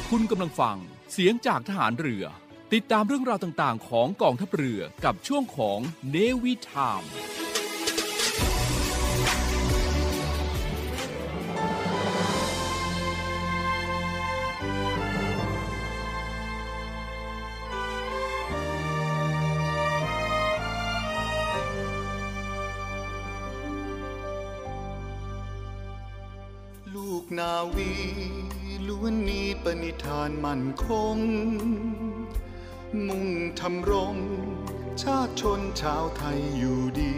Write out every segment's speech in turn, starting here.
คุณกำลังฟังเสียงจากทหารเรือติดตามเรื่องราวต่างๆของกองทัพเรือกับช่วงของ Navy Time ลูกนาวีล้วนมีปณิธานมั่นคงมุ่งทำรงชาติชนชาวไทยอยู่ดี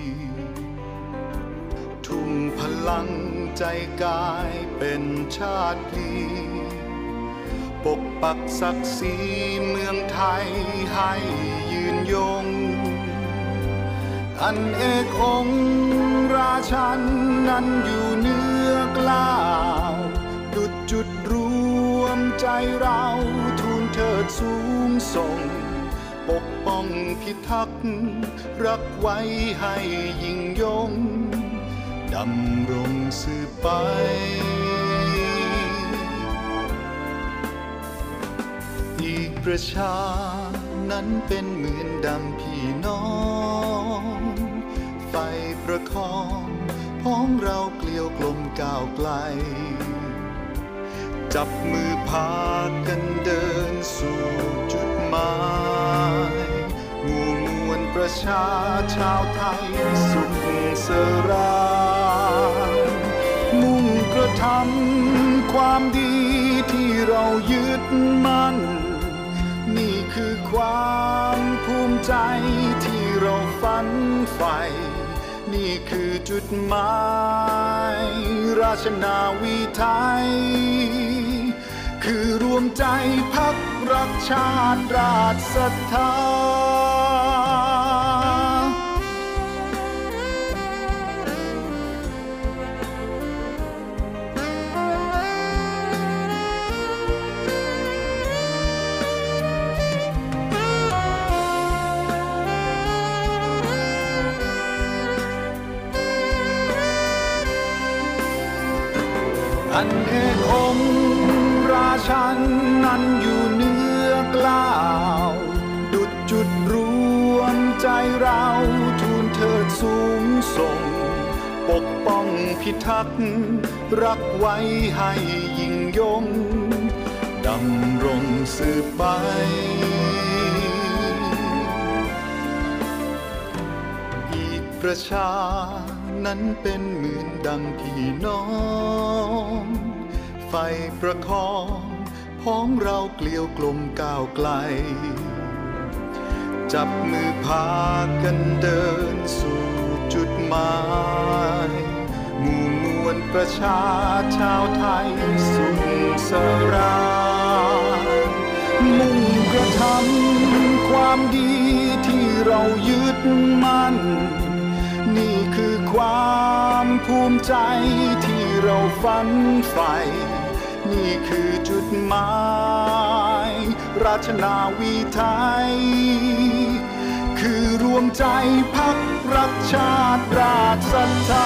ทุ่มพลังใจกายเป็นชาติพลีปกปักศักดิ์ศรีเมืองไทยให้ยืนยงอันเอกองค์ราชันนั้นอยู่เหนือกล้าวดุจจุดรวมใจเราทูลเถิดสูงส่งปกป้องพิทักษ์รักไว้ให้ยิ่งยงดำรงสืบไปอีกประชานั้นเป็นเหมือนดังพี่น้องไฟประคองพ้องเราเกลียวกลมก้าวไกลจับมือพากันเดินสู่จุดหมายหมู่มวลประชาชาวไทยสุขสรานมุ่งกระทำความดีที่เรายึดมั่นนี่คือความภูมิใจที่เราฝันใฝ่นี่คือจุดหมายราชนาวีไทยคือรวมใจพักรักชาติราชศรัทธาอันเอกองค์ราชันนั้นอยู่เหนือกล้าวดุจจุดรวมใจเราทูลเถิดสูงส่งปกป้องพิทักษ์รักไว้ให้ยิ่งยงดำรงสืบไปอีกประชานั้นเป็นเหมือนดังพี่น้องไฟประคองพ้องเราเกลียวกลมก้าวไกลจับมือพากันเดินสู่จุดหมายหมู่มวลประชาชาวไทยสุขสรานมุ่งกระทำความดีที่เรายึดมั่นนี่คือความภูมิใจที่เราฝันใฝ่นี่คือจุดหมายราชนาวีไทยคือรวมใจพักรักชาติราชศรัทธ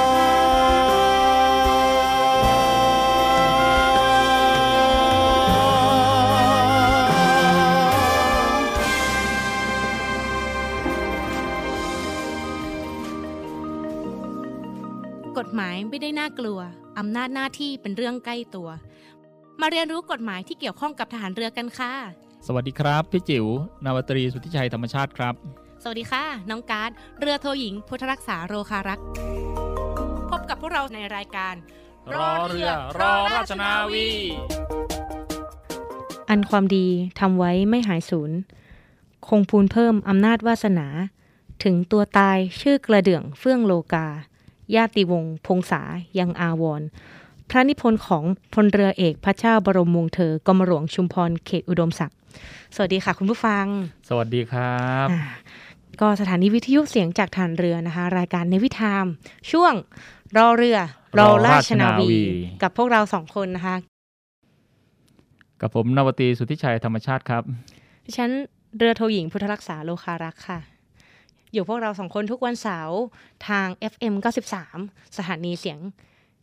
ากฎหมายไม่ได้น่ากลัวอำนาจหน้าที่เป็นเรื่องใกล้ตัวมาเรียนรู้กฎหมายที่เกี่ยวข้องกับทหารเรือกันค่ะสวัสดีครับพี่จิ๋วนาวาตรีสุทธิชัยธรรมชาติครับสวัสดีค่ะน้องการ์ดเรือโทหญิงพุทธรักษาโรคารักษ์พบกับพวกเราในรายการรอเรือรอราชนาวีอันความดีทำไว้ไม่หายสูญคงพูนเพิ่มอำนาจวาสนาถึงตัวตายชื่อกระเดื่องเฟื่องโลกาญาติวงศ์พงษายังอาวรณ์พระนิพนธ์ของพลเรือเอกพระเจ้าบรมวงศ์เธอกรมหลวงชุมพรเขตอุดมศักดิ์สวัสดีค่ะคุณผู้ฟังสวัสดีครับก็สถานีวิทยุเสียงจากฐานเรือนะคะรายการเนวิไทม์ช่วงรอเรือรอราชนาวีกับพวกเรา2คนนะคะกับผมนาวาตรีสุทธิชัยธรรมชาติครับดิฉันเรือโทหญิงพุทธรักษาโลคารักษ์ค่ะอยู่พวกเรา2คนทุกวันเสาร์ทาง FM 93 สถานีเสียง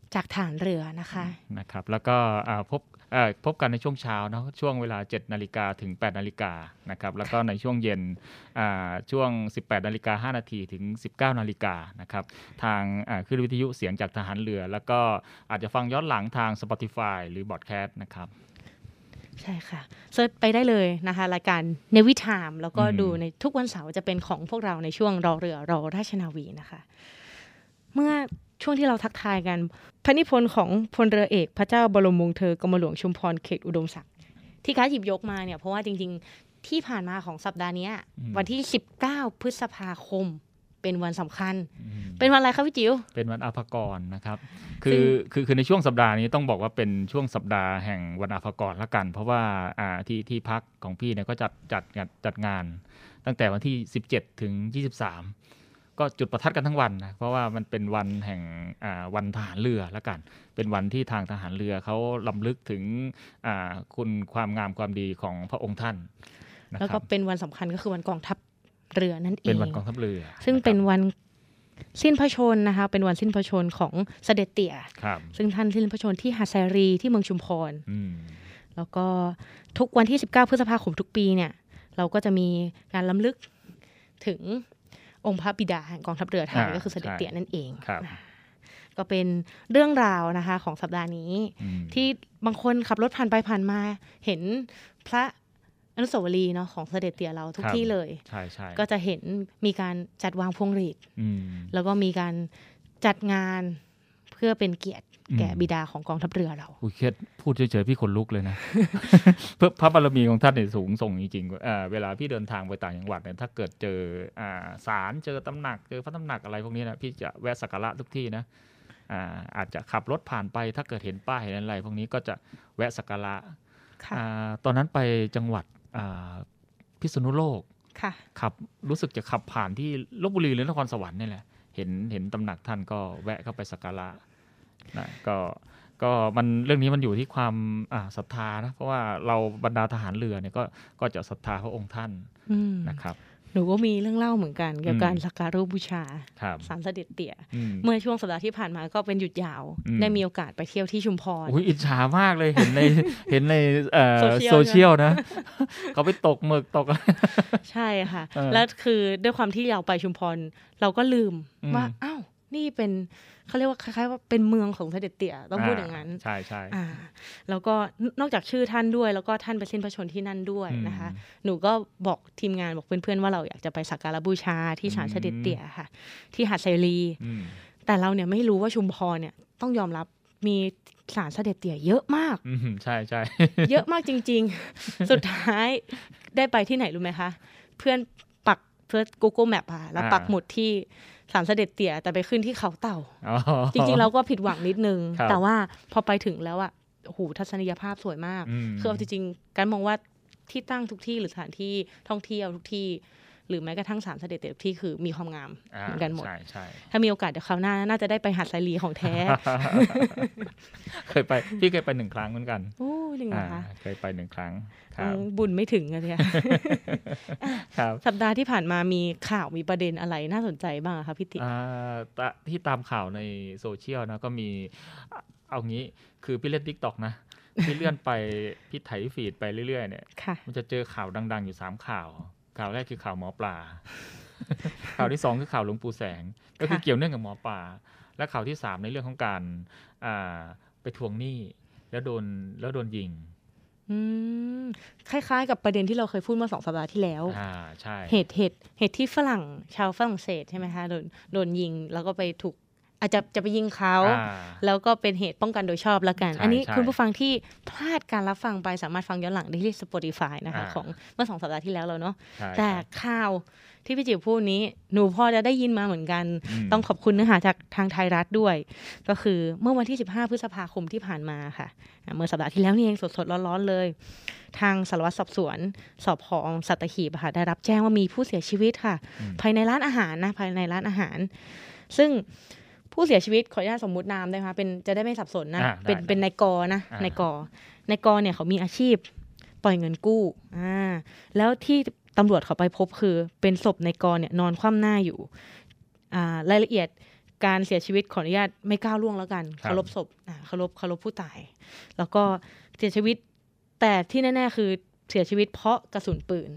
จากฐานเรือนะคะนะครับแล้วก็พบกันในช่วงเช้าเนาะช่วงเวลา 7:00 นถึง 8:00 นนะครับแล้วก็ในช่วงเย็นช่วง 18:05 นถึง 19:00 นนะครับทางคลื่นวิทยุเสียงจากทหารเรือแล้วก็อาจจะฟังย้อนหลังทาง Spotify หรือบอดแคสต์นะครับใช่ค่ะเซิร์ชไปได้เลยนะคะรายการ Navy Time แล้วก็ดูในทุกวันเสาร์จะเป็นของพวกเราในช่วงรอเรือรอราชนาวีนะคะเมื่อช่วงที่เราทักทายกันพระนิพนธ์ของพลเรือเอกพระเจ้าบรมวงศ์เธอกรมหลวงชุมพรเขตอุดมศักดิ์ที่ค้าหยิบยกมาเนี่ยเพราะว่าจริงๆที่ผ่านมาของสัปดาห์นี้วันที่19พฤษภาคมเป็นวันสำคัญเป็นวันอะไรครับพี่จิ๋วเป็นวันอาภากรนะครับคือในช่วงสัปดาห์นี้ต้องบอกว่าเป็นช่วงสัปดาห์แห่งวันอาภากรละกันเพราะว่าที่พักของพี่เนี่ยก็จัดงานตั้งแต่วันที่17ถึง23ก็จุดประทัดกันทั้งวันนะเพราะว่ามันเป็นวันแห่งวันทหารเรือละกันเป็นวันที่ทางทหารเรือเขารำลึกถึงคุณความงามความดีของพระองค์ท่านแล้วก็เป็นวันสำคัญก็คือวันกองทัพเรือนั่นเองเป็นวันกองทัพเรือซึ่งเป็นวันสิ้นพระชนนะคะเป็นวันสิ้นพระชนของเสด็จเตี่ยซึ่งท่านสิ้นพระชนที่หาดไซรีที่เมืองชุมพรแล้วก็ทุกวันที่19พฤษภาคมทุกปีเนี่ยเราก็จะมีการรำลึกถึงองค์พระบิดาแห่งกองทัพเรือไทยก็คือเสด็จเตี่ยนั่นเองก็เป็นเรื่องราวนะคะของสัปดาห์นี้ที่บางคนขับรถผ่านไปผ่านมาเห็นพระอนุสาวรีย์เนาะของเสด็จเตี่ยเราทุกที่เลยก็จะเห็นมีการจัดวางพวงหรีดแล้วก็มีการจัดงานเพื่อเป็นเกียรติแก่บิดาของกองทัพเรือเราเครียดพูดเฉยๆพี่ขนลุกเลยนะ เพื่อพระบารมีของท่านเนี่ยสูงส่งจริงๆเวลาพี่เดินทางไปต่างจังหวัดเนี่ยถ้าเกิดเจอศาลเจอตำหนักเจอพระตำหนักอะไรพวกนี้นะพี่จะแวะสักการะทุกที่นะอาจจะขับรถผ่านไปถ้าเกิดเห็นป้ายเห็นอะไรพวกนี้ก็จะแวะสักการะตอนนั้นไปจังหวัดพิษณุโลกขับรู้สึกจะขับผ่านที่ลพบุรีหรือนครสวรรค์นี่แหละเห็นตำหนักท่านก็แวะเข้าไปสักการะนะก็มันเรื่องนี้มันอยู่ที่ความศรัทธานะเพราะว่าเราบรรดาทหารเรือเนี่ยก็จะศรัทธาพระองค์ท่านนะครับหนูก็มีเรื่องเล่าเหมือนกันเกี่ยวกับการสักการะบูชาศาลเสด็จเตี่ยเมื่อช่วงสัปดาห์ที่ผ่านมาก็เป็นหยุดยาวได้มีโอกาสไปเที่ยวที่ชุมพรอิจฉามากเลยเห็นในโซเชียลนะเขาไปตกหมึกตกใช่ค่ะแล้วคือด้วยความที่เราไปชุมพรเราก็ลืมว่าอ้าวนี่เป็นเขาเรียกว่าคล้ายๆว่าเป็นเมืองของเสด็จเตี่ยต้องพูดอย่างนั้นใช่ๆแล้วก็นอกจากชื่อท่านด้วยแล้วก็ท่านไปสิ้นพระชนที่นั่นด้วยนะคะหนูก็บอกทีมงานบอกเพื่อนๆว่าเราอยากจะไปสักการะบูชาที่ศาลเสด็จเตี่ยค่ะที่หาดไซรีแต่เราเนี่ยไม่รู้ว่าชุมพรเนี่ยต้องยอมรับมีศาลเสด็จเตี่ยเยอะมากใช่เยอะมากจริงๆสุดท้ายได้ไปที่ไหนรู้ไหมคะเพื่อนปักเพื่อ Google Map ค่ะแล้วปักหมุดที่ศาลเสด็จเตี่ยแต่ไปขึ้นที่เขาเต่าจริงๆเราก็ผิดหวังนิดนึงแต่ว่าพอไปถึงแล้วอ่ะโอ้โหทัศนียภาพสวยมากคือเอาจริงๆการมองว่าที่ตั้งทุกที่หรือสถานที่ท่องเที่ยวทุกที่หรือแม้กระทั่งศาลเสด็จเตี่ยทุกที่คือมีความงามเหมือนกันหมดถ้ามีโอกาสเดี๋ยวคราวหน้าน่าจะได้ไปหาดไซรีของแท้พี่เคยไป1ครั้งเหมือนกันโอ้จริงเหรอคะเคยไป1ครั้งบุญไม่ถึงอะเนี่ยสัปดาห์ที่ผ่านมามีข่าวมีประเด็นอะไรน่าสนใจบ้างคะพี่ติที่ตามข่าวในโซเชียลนะก็มีเอางี้คือพี่เล่น TikTok นะพี่เลื่อนไปพี่ไถฟีดไปเรื่อยๆเนี่ยมันจะเจอข่าวดังๆอยู่3ข่าวแรกคือข่าวหมอปลาข่าวที่2คือข่าวหลวงปู่แสงก็คือเกี่ยวเนื่องกับหมอปลาและข่าวที่3ในเรื่องของการไปทวงหนี้แล้วโดนยิงคล้ายๆกับประเด็นที่เราเคยพูดเมื่อ2 สัปดาห์ที่แล้วใช่เหตุที่ชาวฝรั่งเศสใช่ไหมคะโดนยิงแล้วก็ไปถูกอาจจะไปยิงเขาแล้วก็เป็นเหตุป้องกันโดยชอบละกันอันนี้คุณผู้ฟังที่พลาดการรับฟังไปสามารถฟังย้อนหลังได้ที่ Spotify นะคะของเมื่อ2 สัปดาห์ที่แล้วแล้วเนาะแต่ข่าวที่พี่จิ๋วพูดนี้หนูพอจะได้ยินมาเหมือนกันต้องขอบคุณเนื้อหาจากทางไทยรัฐด้วยก็คือเมื่อวันที่15พฤษภาคมที่ผ่านมาค่ะเมื่อสัปดาห์ที่แล้วนี่เองสดๆร้อนๆเลยทางสารวัตรสอบสวนสพ.สัตหีบค่ะได้รับแจ้งว่ามีผู้เสียชีวิตค่ะภายในร้านอาหารซึ่งผู้เสียชีวิตขออนุญาตสมมุตินามได้ค่ะเป็นจะได้ไม่สับสนนะเป็นนายกนะนายกเนี่ยเขามีอาชีพปล่อยเงินกู้แล้วที่ตำรวจเขาไปพบคือเป็นศพนายกเนี่ยนอนคว่ำหน้าอยู่รายละเอียดการเสียชีวิตขออนุญาตไม่ก้าวล่วงแล้วกันเคารพศพเคารพผู้ตายแล้วก็เสียชีวิตแต่ที่แน่ๆคือเสียชีวิตเพราะกระสุนปืน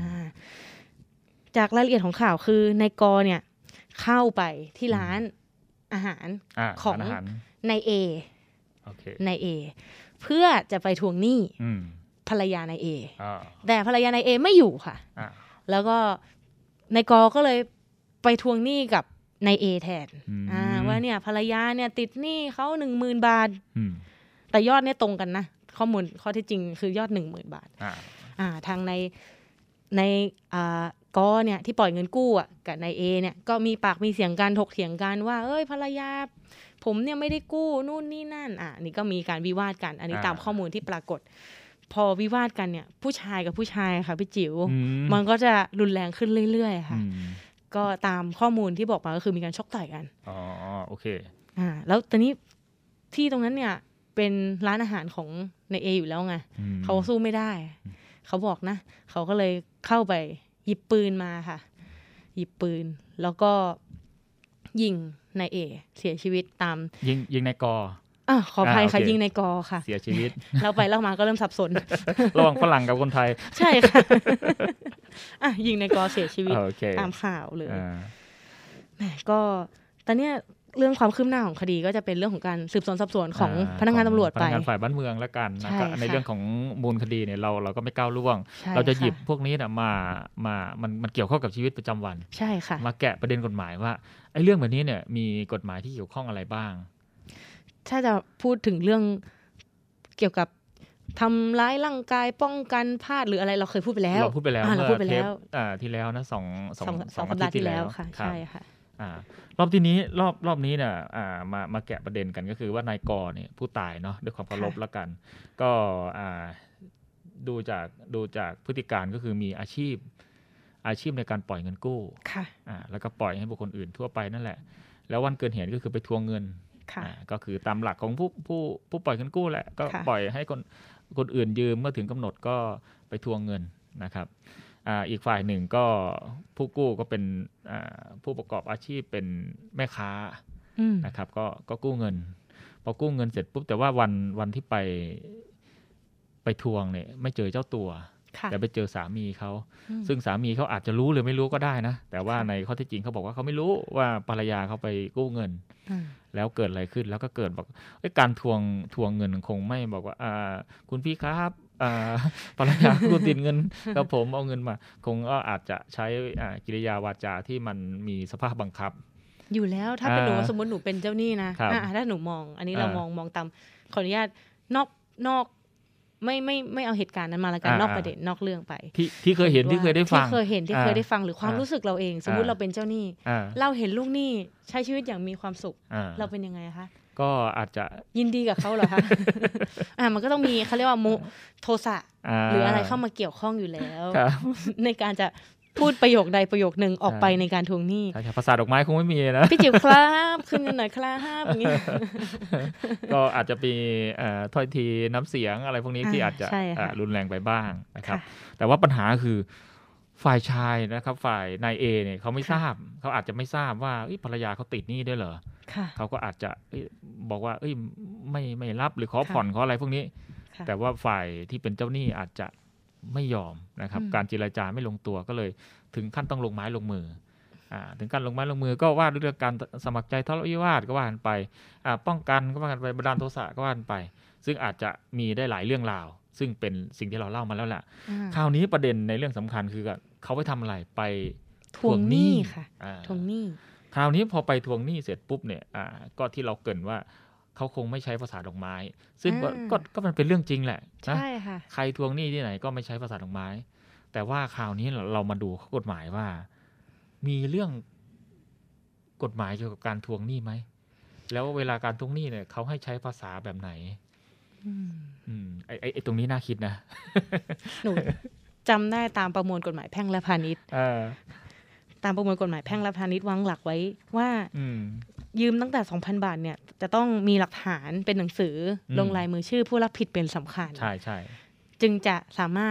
จากรายละเอียดของข่าวคือนายกเนี่ยเข้าไปที่ร้านอาหารของนายเอนายเอเพื่อจะไปทวงหนี้ภรรยานายเอแต่ภรรยานายเอไม่อยู่ค่ะแล้วก็นายกก็เลยไปทวงหนี้กับนายเอแทนว่าเนี่ยภรรยาเนี่ยติดหนี้เขา 10,000 บาทแต่ยอดเนี่ยตรงกันนะข้อที่จริงคือยอด 10,000 บาททางในกเนี่ยที่ปล่อยเงินกู้กับนายเอเนี่ยก็มีปากมีเสียงกันถกเถียงกันว่าเอ้ยภรรยาผมเนี่ยไม่ได้กู้นู่นนี่นั่นนี่ก็มีการวิวาทกันอันนี้ตามข้อมูลที่ปรากฏพอวิวาทกันเนี่ยผู้ชายกับผู้ชายค่ะพี่จิ๋วมันก็จะรุนแรงขึ้นเรื่อยๆค่ะก็ตามข้อมูลที่บอกมาก็คือมีการชกต่อยกันโอเคแล้วตอนนี้ที่ตรงนั้นเนี่ยเป็นร้านอาหารของนายเออยู่แล้วไงเขาสู้ไม่ได้เขาบอกนะเขาก็เลยเข้าไปหยิบปืนมาค่ะหยิบปืนแล้วก็ยิงนายเอเสียชีวิตตามยิงนายกขออภัยค่ะยิงนายกค่ะเสียชีวิตเราไปเล่ามาก็เริ่มสับสนระหว่างฝรั่งกับคนไทยใช่ค่ะยิงนายกเสียชีวิตตามข่าวเลยก็ตอนเนี้ยเรื่องความคืบหน้าของคดีก็จะเป็นเรื่องของการสืบสวนสอบสวนของพนักงานตำรวจไปพนักงานฝ่ายบ้านเมืองแล้วกันนะในเรื่องของมูลคดีเนี่ยเราก็ไม่ก้าวล่วงเราจะหยิบพวกนี้นะมันเกี่ยวข้องกับชีวิตประจำวันใช่ค่ะมาแกะประเด็นกฎหมายว่าไอ้เรื่องแบบนี้เนี่ยมีกฎหมายที่เกี่ยวข้องอะไรบ้างถ้าจะพูดถึงเรื่องเกี่ยวกับทำร้ายร่างกายป้องกันพลาดหรืออะไรเราเคยพูดไปแล้วเราพูดไปแล้วเมื่อเทปที่แล้วนะสองสัปดาห์ที่แล้วค่ะใช่ค่ะรอบนี้เนี่ยมาแกะประเด็นกันก็คือว่านายกเนี่ยผู้ตายเนาะด้วยความเคารพแล้วกันก็ดูจากพฤติการก็คือมีอาชีพในการปล่อยเงินกู้แล้วก็ปล่อยให้บุคคลอื่นทั่วไปนั่นแหละแล้ววันเกิดเหตุก็คือไปทวงเงินก็คือตามหลักของผู้ปล่อยเงินกู้แหละก็ปล่อยให้คนอื่นยืมเมื่อถึงกำหนดก็ไปทวงเงินนะครับอีกฝ่ายหนึ่งก็ผู้กู้ก็เป็นผู้ประกอบอาชีพเป็นแม่ค้านะครับก็กู้เงินพอกู้เงินเสร็จปุ๊บแต่ว่าวันที่ไปทวงเนี่ยไม่เจอเจ้าตัวแต่ไปเจอสามีเขาซึ่งสามีเขาอาจจะรู้หรือไม่รู้ก็ได้นะแต่ว่าในข้อเท็จจริงเขาบอกว่าเขาไม่รู้ว่าภรรยาเขาไปกู้เงินแล้วเกิดอะไรขึ้นแล้วก็เกิดบอกการทวงเงินคงไม่บอกว่าคุณพี่ครับภรรยาคุณติดเงินกับผมเอาเงินมาคงก็อาจจะใช้กิริยาวาจาที่มันมีสภาพบังคับอยู่แล้วถ้าเป็นหนูสมมติหนูเป็นเจ้าหนี้นะถ้าหนูมองอันนี้เรามองตามขออนุญาตนอกไม่เอาเหตุการณ์นั้นมาละกันนอกประเด็นนอกเรื่องไปที่เคยเห็นที่เคยได้ฟังที่เคยได้ฟังหรือความรู้สึกเราเองสมมุติเราเป็นเจ้าหนี้เราเห็นลูกหนี้ใช้ชีวิตอย่างมีความสุขเราเป็นยังไงคะก็อาจจะยินดีกับเขาเหรอคะมันก็ต้องมีเขาเรียกว่าโทสะหรืออะไรเข้ามาเกี่ยวข้องอยู่แล้วในการจะพูดประโยคใดประโยคหนึ่งออกไปในการทวงหนี้ภาษาดอกไม้คงไม่มีนะพี่จิ๋วครับขึ้นกันหน่อยครับอย่างนี้ก็อาจจะมีถ้อยทีน้ำเสียงอะไรพวกนี้ที่อาจจะรุนแรงไปบ้างนะครับแต่ว่าปัญหาคือฝ่ายชายนะครับฝ่ายนายเอเนี่ยเขาไม่ทราบเขาอาจจะไม่ทราบว่าภรรยาเขาติดหนี้ด้วยเหรอเขาก็อาจจะบอกว่าไม่รับหรือขอผ่อนขออะไรพวกนี้แต่ว่าฝ่ายที่เป็นเจ้าหนี้อาจจะไม่ยอมนะครับการเจรจาไม่ลงตัวก็เลยถึงขั้นต้องลงไม้ลงมือถึงการลงไม้ลงมือก็ว่าด้วยเรื่องการสมัครใจทะเลาะวิวาทก็ว่ากันไปป้องกันก็ว่ากันไปบันดาลโทสะก็ว่ากันไปซึ่งอาจจะมีได้หลายเรื่องราวซึ่งเป็นสิ่งที่เราเล่ามาแล้วแหละคราวนี้ประเด็นในเรื่องสำคัญคือเขาไปทำอะไรไปทวงหนี้ค่ะทวงหนี้คราวนี้พอไปทวงหนี้เสร็จปุ๊บเนี่ยก็ที่เราเกริ่นว่าเขาคงไม่ใช้ภาษาดอกไม้ซึ่งก็มันเป็นเรื่องจริงแหละใช่ค่ะใครทวงหนี้ที่ไหนก็ไม่ใช้ภาษาดอกไม้แต่ว่าคราวนี้เรามาดูกฎหมายว่ามีเรื่องกฎหมายเกี่ยวกับการทวงหนี้ไหมแล้วเวลาการทวงหนี้เนี่ยเขาให้ใช้ภาษาแบบไหนไอ้ตรงนี้น่าคิดนะหนูจำได้ตามประมวลกฎหมายแพ่งและพาณิชย์ตามประมวลกฎหมายแพ่งและพาณิชย์วางหลักไว้ว่ายืมตั้งแต่ 2,000 บาทเนี่ยจะต้องมีหลักฐานเป็นหนังสือลงลายมือชื่อผู้รับผิดเป็นสำคัญใช่จึงจะสามารถ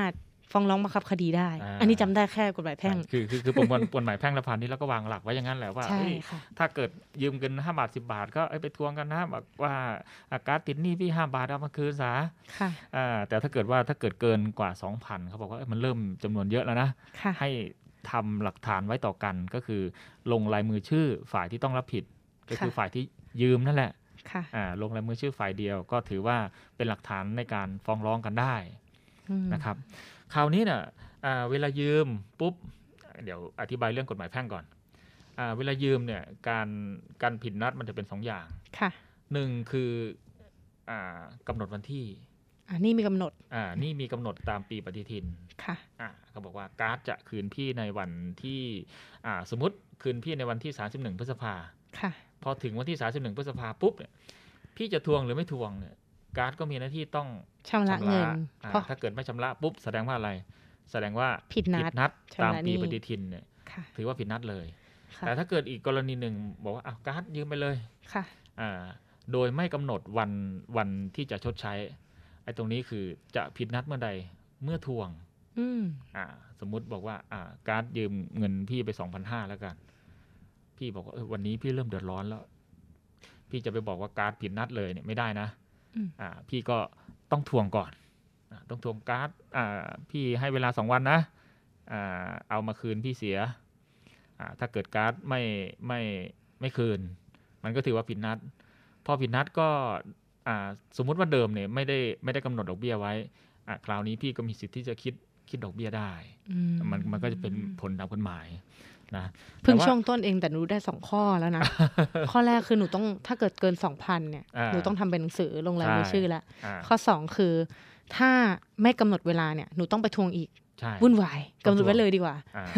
ฟ้องร้องบังคับคดีได้ อันนี้จำได้แค่กฎหมายแพ่งคือประมวลกฎหมายแพ่งและพาณิชย์แล้วก็วางหลักไว้อย่างนั้นแหละว่าถ้าเกิดยืมเงิน5 บาท 10 บาทก็ไปทวงกันนะบอกว่าการ์ดติดหนี้พี่5 บาทเอามาคืนซะแต่ถ้าเกิดเกินกว่า 2,000 เขาบอกว่ามันเริ่มจำนวนเยอะแล้วนะให้ทำหลักฐานไว้ต่อกันก็คือลงลายมือชื่อฝ่ายที่ต้องรับผิดก็คือฝ่ายที่ยืมนั่นแหละลงลายมือชื่อฝ่ายเดียวก็ถือว่าเป็นหลักฐานในการฟ้องร้องกันได้นะครับคราวนี้เนี่ยเวลายืมปุ๊บเดี๋ยวอธิบายเรื่องกฎหมายแพ่งก่อนเวลายืมเนี่ยการผิดนัดมันจะเป็น2 อย่างหนึ่งคือกำหนดวันที่นี่มีกำหนดนี่มีกำหนดตามปีปฏิทินเขาบอกว่าการ์ดจะคืนพี่ในวันที่สมมติคืนพี่ในวันที่31 พฤษภาพอถึงวันที่31 พฤษภาปุ๊บเนี่ยพี่จะทวงหรือไม่ทวงเนี่ยการ์ดก็มีหน้าที่ต้องชำระเงินถ้าเกิดไม่ชำระปุ๊บแสดงว่าอะไรแสดงว่าผิดนัดตามปีปฏิทินเนี่ยถือว่าผิดนัดเลยแต่ถ้าเกิดอีกกรณีหนึ่งบอกว่าการ์ดยืมไปเลยโดยไม่กำหนดวันที่จะชดใช้ไอ้ตรงนี้คือจะผิดนัดเมื่อใดเมื่อทวงสมมุติบอกว่าการ์ดยืมเงินพี่ไป 2,500 แล้วกันพี่บอกว่าวันนี้พี่เริ่มเดือดร้อนแล้วพี่จะไปบอกว่าการ์ดผิดนัดเลยเนี่ยไม่ได้นะพี่ก็ต้องทวงก่อนต้องทวงการ์ดพี่ให้เวลา2 วันนะเอามาคืนพี่เสียถ้าเกิดการ์ดไม่คืนมันก็ถือว่าผิดนัดพอผิดนัดก็สมมุติว่าเดิมเนี่ยไม่ได้กำหนดดอกเบี้ยไว้คราวนี้พี่ก็มีสิทธิ์ที่จะคิดดอกเบี้ยได้มันก็จะเป็นผลตามกฎหมายนะเพิ่งช่วงต้นเองแต่หนูได้2 ข้อแล้วนะ ข้อแรกคือหนูต้องถ้าเกิดเกิน 2,000 เนี่ยหนูต้องทำเป็นหนังสือลงลายมือชื่อแล้วข้อ2คือถ้าไม่กำหนดเวลาเนี่ยหนูต้องไปทวงอีกวุ่นวายกำหนดไว้เลยดีกว่า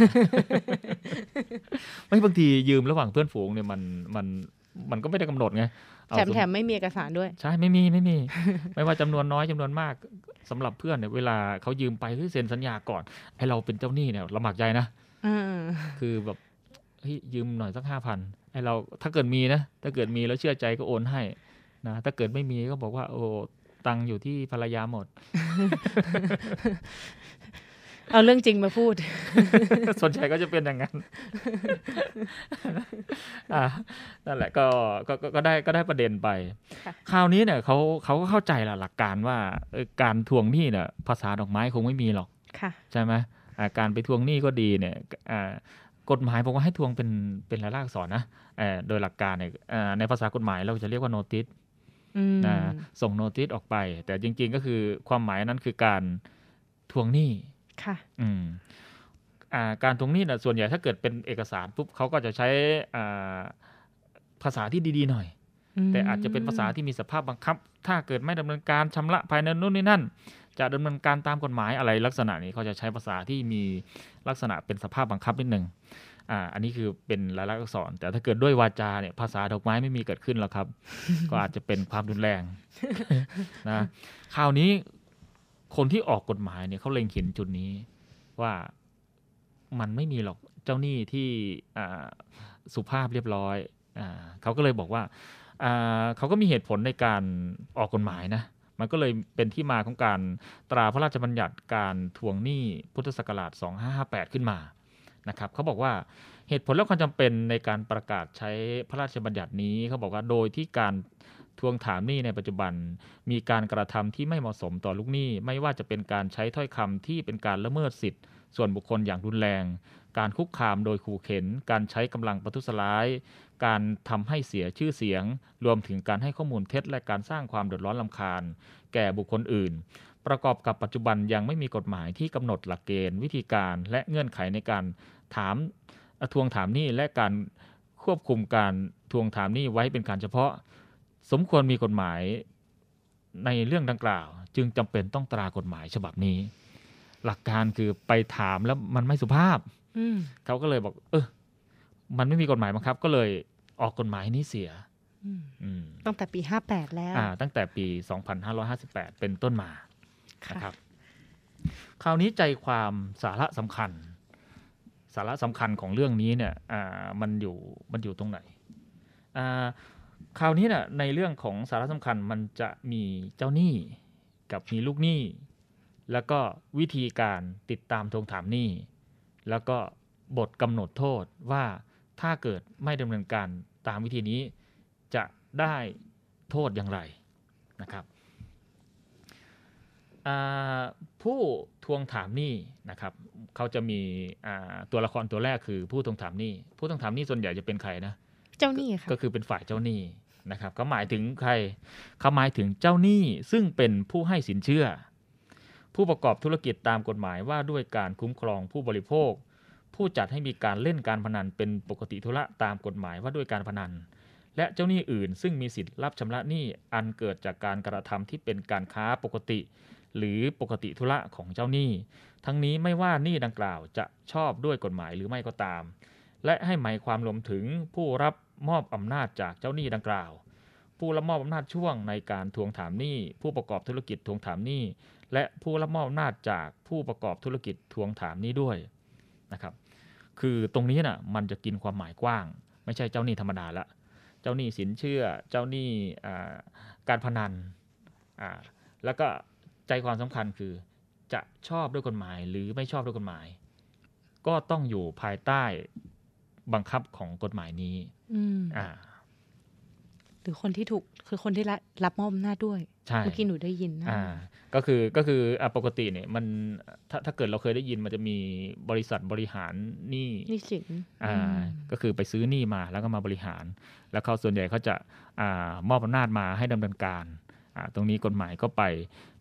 ไม่บางทียืมระหว่างเพื่อนฝูงเนี่ยมันก็ไม่ได้กำหนดไงแถมไม่มีเอกสารด้วยใช่ไม่มีไม่ว่าจำนวนน้อยจำนวนมากสำหรับเพื่อนเนี่ยเวลาเขายืมไปเซ็นสัญญาก่อนให้เราเป็นเจ้าหนี้เนี่ยลำบากใจนะคือแบบยืมหน่อยสัก 5,000 ให้เราถ้าเกิดมีนะถ้าเกิดมีแล้วเชื่อใจก็โอนให้นะถ้าเกิดไม่มีก็บอกว่าโอ้ตังค์อยู่ที่ภรรยาหมดเอาเรื่องจริงมาพูดส่วนใหญ่ก็จะเป็นอย่างนั้น นั่นแหละก็ได้ประเด็นไปคราวนี้เนี่ยเขาก็เข้าใจหลักการว่าการทวงหนี้เนี่ยภาษาดอกไม้คงไม่มีหรอกใช่ไหมการไปทวงหนี้ก็ดีเนี่ยกฎหมายบอกว่าให้ทวงเป็นรายลักษณ์อักษรนะโดยหลักการเนี่ยในภาษากฎหมายเราจะเรียกว่าโนติสส่งโนติสออกไปแต่จริงๆก็คือความหมายนั้นคือการทวงหนี้การทวงหนี้นะส่วนใหญ่ถ้าเกิดเป็นเอกสารปุ๊บเขาก็จะใช้ภาษาที่ดีๆหน่อยแต่อาจจะเป็นภาษาที่มีสภาพบังคับถ้าเกิดไม่ดำเนินการชำระภายในนู่นนี่นั่นจะดำเนินการตามกฎหมายอะไรลักษณะนี้เขาจะใช้ภาษาที่มีลักษณะเป็นสภาพบังคับนิดนึงอันนี้คือเป็นลายลักษณ์อักษรแต่ถ้าเกิดด้วยวาจาเนี่ยภาษาดอกไม้ไม่มีเกิดขึ้นหรอกครับ ก็อาจจะเป็นความรุนแรงนะคราวนี้คนที่ออกกฎหมายเนี่ยเขาเล็งเห็นจุดนี้ว่ามันไม่มีหรอกเจ้าหนี้ที่สุภาพเรียบร้อยเขาก็เลยบอกว่าเขาก็มีเหตุผลในการออกกฎหมายนะมันก็เลยเป็นที่มาของการตราพระราชบัญญัติการทวงหนี้พุทธศักราช2558ขึ้นมานะครับเขาบอกว่าเหตุผลและความจำเป็นในการประกาศใช้พระราชบัญญัตินี้เขาบอกว่าโดยที่การทวงถามหนี้ในปัจจุบันมีการกระทำที่ไม่เหมาะสมต่อลูกหนี้ไม่ว่าจะเป็นการใช้ถ้อยคำที่เป็นการละเมิดสิทธิส่วนบุคคลอย่างรุนแรงการคุกคามโดยขู่เข็นการใช้กำลังประทุษร้ายการทำให้เสียชื่อเสียงรวมถึงการให้ข้อมูลเท็จและการสร้างความเดือดร้อนรำคาญแก่บุคคลอื่นประกอบกับปัจจุบันยังไม่มีกฎหมายที่กำหนดหลักเกณฑ์วิธีการและเงื่อนไขในการทวงถามหนี้และการควบคุมการทวงถามหนี้ไว้เป็นการเฉพาะสมควรมีกฎหมายในเรื่องดังกล่าวจึงจำเป็นต้องตรากฎหมายฉบับนี้หลักการคือไปถามแล้วมันไม่สุภาพเขาก็เลยบอกมันไม่มีกฎหมายบังคับก็เลยออกกฎหมายนี้เสียตั้งแต่ปี58แล้วตั้งแต่ปี2558เป็นต้นมานะครับคราวนี้ใจความสาระสำคัญของเรื่องนี้เนี่ยมันอยู่ตรงไหนคราวนี้เนี่ยในเรื่องของสาระสำคัญมันจะมีเจ้าหนี้กับมีลูกหนี้แล้วก็วิธีการติดตามทวงถามหนี้แล้วก็บทกำหนดโทษว่าถ้าเกิดไม่ดำเนินการตามวิธีนี้จะได้โทษอย่างไรนะครับผู้ทวงถามหนี้นะครับเขาจะมีตัวละครตัวแรกคือผู้ทวงถามหนี้ผู้ทวงถามหนี้ส่วนใหญ่จะเป็นใครนะเจ้าหนี้ค่ะก็คือเป็นฝ่ายเจ้าหนี้นะครับเขาหมายถึงใครเขาหมายถึงเจ้าหนี้ซึ่งเป็นผู้ให้สินเชื่อผู้ประกอบธุรกิจตามกฎหมายว่าด้วยการคุ้มครองผู้บริโภคผู้จัดให้มีการเล่นการพนันเป็นปกติธุระตามกฎหมายว่าด้วยการพนันและเจ้าหนี้อื่นซึ่งมีสิทธิ์รับชำระหนี้อันเกิดจากการกระทำที่เป็นการค้าปกติหรือปกติธุระของเจ้าหนี้ทั้งนี้ไม่ว่าหนี้ดังกล่าวจะชอบด้วยกฎหมายหรือไม่ก็ตามและให้หมายความรวมถึงผู้รับมอบอำนาจจากเจ้าหนี้ดังกล่าวผู้รับมอบอำนาจช่วงในการทวงถามหนี้ผู้ประกอบธุรกิจทวงถามหนี้และผู้รับมอบอำนาจจากผู้ประกอบธุรกิจทวงถามหนี้ด้วยนะครับคือตรงนี้น่ะมันจะกินความหมายกว้างไม่ใช่เจ้าหนี้ธรรมดาละเจ้าหนี้สินเชื่อเจ้าหนี้การพนันแล้วก็ใจความสำคัญคือจะชอบด้วยกฎหมายหรือไม่ชอบด้วยกฎหมายก็ต้องอยู่ภายใต้บังคับของกฎหมายนี้หรือคนที่ถูกคือคนที่รับมอบอำนาจด้วยเมื่อกี้หนูได้ยินนะก็คือปกติเนี่ยมันถ้าเกิดเราเคยได้ยินมันจะมีบริษัทบริหารหนี้สินก็คือไปซื้อหนี้มาแล้วก็มาบริหารแล้วเขาส่วนใหญ่เขาจะมอบอำนาจมาให้ดำเนินการตรงนี้กฎหมายก็ไป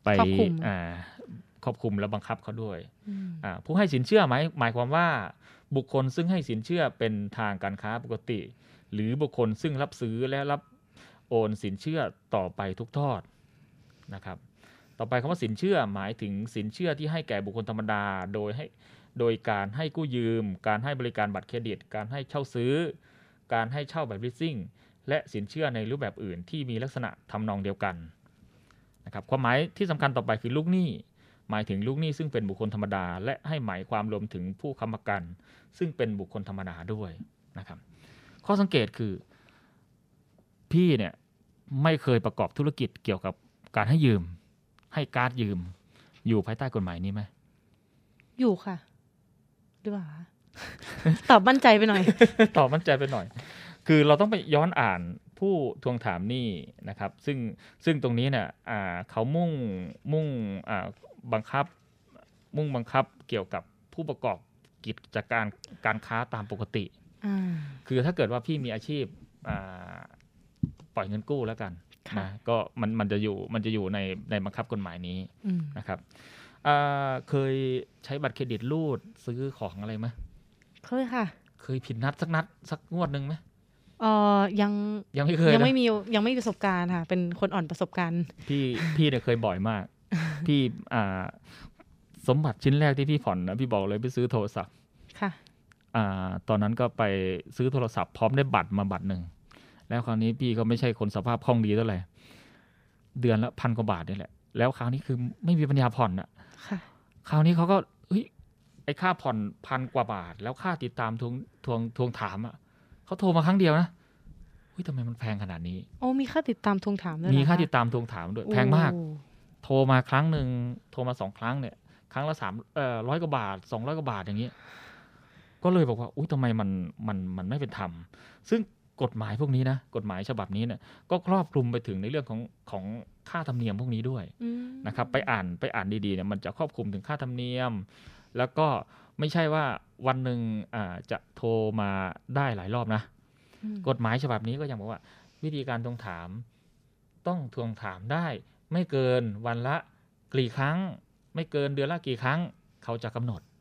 ครอบคลุมและบังคับเขาด้วยผู้ให้สินเชื่อหมายความว่าบุคคลซึ่งให้สินเชื่อเป็นทางการค้าปกติหรือบุคคลซึ่งรับซื้อและรับโอนสินเชื่อต่อไปทุกทอดนะครับต่อไปคำว่าสินเชื่อหมายถึงสินเชื่อที่ให้แก่บุคคลธรรมดาโดยการให้กู้ยืมการให้บริการบัตรเครดิตการให้เช่าซื้อการให้เช่าแบบลีสซิ่งและสินเชื่อในรูปแบบอื่นที่มีลักษณะทำนองเดียวกันนะครับความหมายที่สำคัญต่อไปคือลูกหนี้หมายถึงลูกหนี้ซึ่งเป็นบุคคลธรรมดาและให้หมายความรวมถึงผู้ค้ำประกันซึ่งเป็นบุคคลธรรมดาด้วยนะครับข้อสังเกตคือพี่เนี่ยไม่เคยประกอบธุรกิจเกี่ยวกับการให้ยืมให้การ์ดยืมอยู่ภายใต้กฎหมายนี้ไหมอยู่ค่ะหรือเปล่า ตอบมั่นใจไปหน่อยตอบมั่นใจไปหน่อยคือเราต้องไปย้อนอ่านผู้ทวงถามหนี้นะครับซึ่งตรงนี้เนี่ยเขามุ่งบังคับเกี่ยวกับผู้ประกอบกิจการค้าตามปกติคือถ้าเกิดว่าพี่มีอาชีพปล่อยเงินกู้แล้วกันนะก็มันจะอยู่ในบังคับกฎหมายนี้นะครับเคยใช้บัตรเครดิตรูดซื้อของอะไรไหมเคยค่ะเคยผิดนัดสักงวดนึงไหมยังไม่เคยยังไม่มีประสบการณ์ค่ะเป็นคนอ่อนประสบการณ์พี่เนี่ยเคยบ่อยมากพี่สมบัติชิ้นแรกที่พี่ผ่อนนะพี่บอกเลยไปซื้อโทรศัพท์ค่ะตอนนั้นก็ไปซื้อโทรศัพท์พร้อมได้บัตรมาบัตรนึงแล้วคราวนี้พี่ก็ไม่ใช่คนสภาพคล่องดีเท่าไหร่เดือนละ1,000 กว่าบาทนี่แหละแล้วคราวนี้คือไม่มีปัญญาผ่อนอ่ะคราวนี้เขาก็ไอ้ค่าผ่อน1,000 กว่าบาทแล้วค่าติดตามทวงถามอ่ะเขาโทรมาครั้งเดียวนะทำไมมันแพงขนาดนี้โอ้มีค่าติดตามทวงถามด้วยมีค่าติดตามทวงถามด้วยแพงมากโทรมาครั้งนึงโทรมา2 ครั้งเนี่ยครั้งละ100 กว่าบาท200 กว่าบาทอย่างเงี้ยก็เลยบอกว่าทำไมมันไม่เป็นธรรมซึ่งกฎหมายพวกนี้นะกฎหมายฉบับนี้เนี่ยก็ครอบคลุมไปถึงในเรื่องของค่าธรรมเนียมพวกนี้ด้วยนะครับไปอ่านดีๆเนี่ยมันจะครอบคลุมถึงค่าธรรมเนียมแล้วก็ไม่ใช่ว่าวันนึงจะโทรมาได้หลายรอบนะกฎหมายฉบับนี้ก็ยังบอกว่าวิธีการทวงถามต้องทวงถามได้ไม่เกินวันละกี่ครั้งไม่เกินเดือนละกี่ครั้งเขาจะกำหนด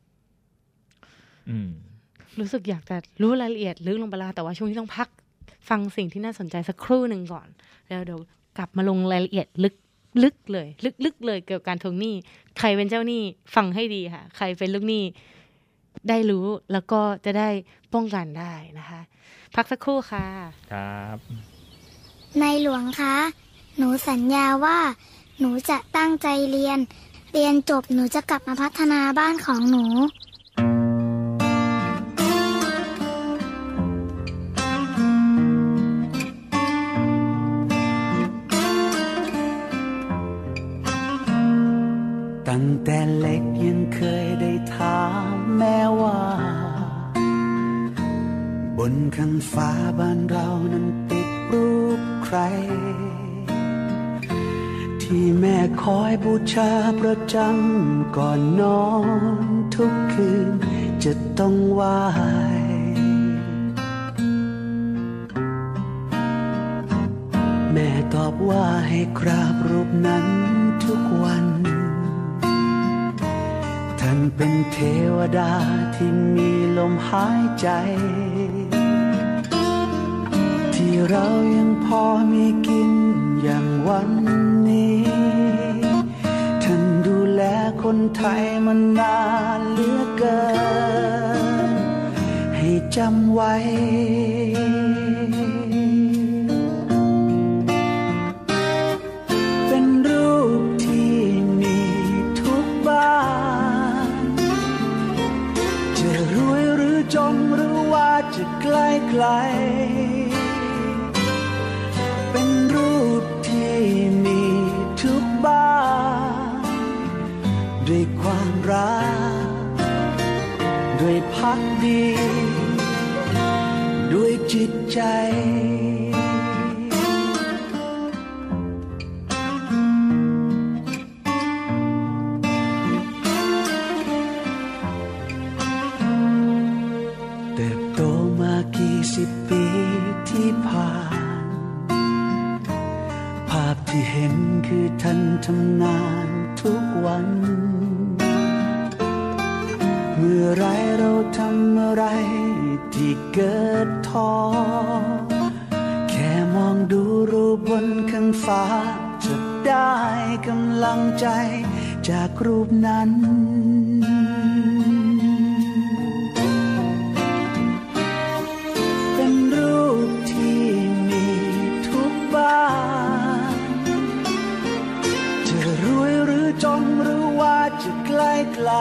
รู้สึกอยากจะรู้รายละเอียดลึกลงไปแล้วแต่ว่าช่วงนี้ต้องพักฟังสิ่งที่น่าสนใจสักครู่หนึ่งก่อนแล้วเดี๋ยวกลับมาลงรายละเอียดลึกเลยเกี่ยวกับการทวงหนี้ใครเป็นเจ้าหนี้ฟังให้ดีค่ะใครเป็นลูกหนี้ได้รู้แล้วก็จะได้ป้องกันได้นะคะพักสักครู่ค่ะครับในหลวงคะหนูสัญญาว่าหนูจะตั้งใจเรียนจบหนูจะกลับมาพัฒนาบ้านของหนูตั้งแต่เล็กยังเคยได้ถามแม่ว่าบนข้างฟ้าบ้านเรานั้นติดรูปใครที่แม่คอยบูชาประจำก่อนนอนทุกคืนจะต้องไหว้แม่ตอบว่าให้กราบรูปนั้นทุกวันท่านเป็นเทวดาที่มีลมหายใจที่เรายังพอมีกินอย่างวันนี้ท่านดูแลคนไทยมานานเหลือเกินให้จำไว้เป็นรูปที่มีทุกบ้านจะรวยหรือจนหรือว่าจะไกลไกลเป็นรูปที่มีทุกบ้านด้วยความรักด้วยภักดีด้วยจิตใจเติบโตมากี่สิบปีที่ผ่านภาพที่เห็นคือท่านทำงานทุกวันเมื่อไรเราทำอะไรที่เกิดท้อแค่มองดูรูปบนข้างฟ้าจะได้กำลังใจจากรูปนั้นเป็นรูปที่มีทุกบ้านจะรวยหรือจนหรือว่าจะไกลไกล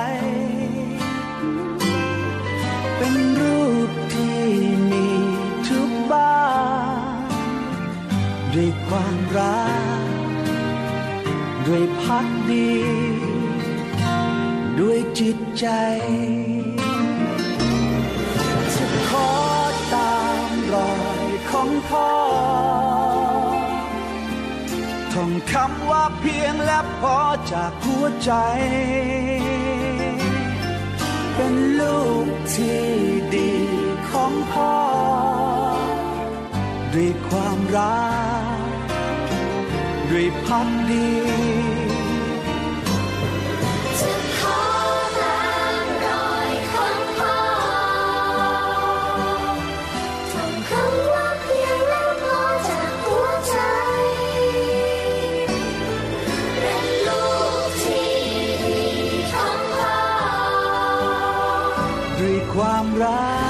เป็นรูปที่มีทุกบ้านด้วยความรักด้วยภักดีด้วยจิตใจจะขอตามรอยของพ่อท่องคำว่าเพียงและพอจากหัวใจเป็นลูกที่ดีของพ่อด้วยความรักด้วยภักดีจะขอตามรอยของพ่อท่องคำว่าเพียงและพอจากหัวใจเป็นลูกที่ดีของพ่อด้วยความรัก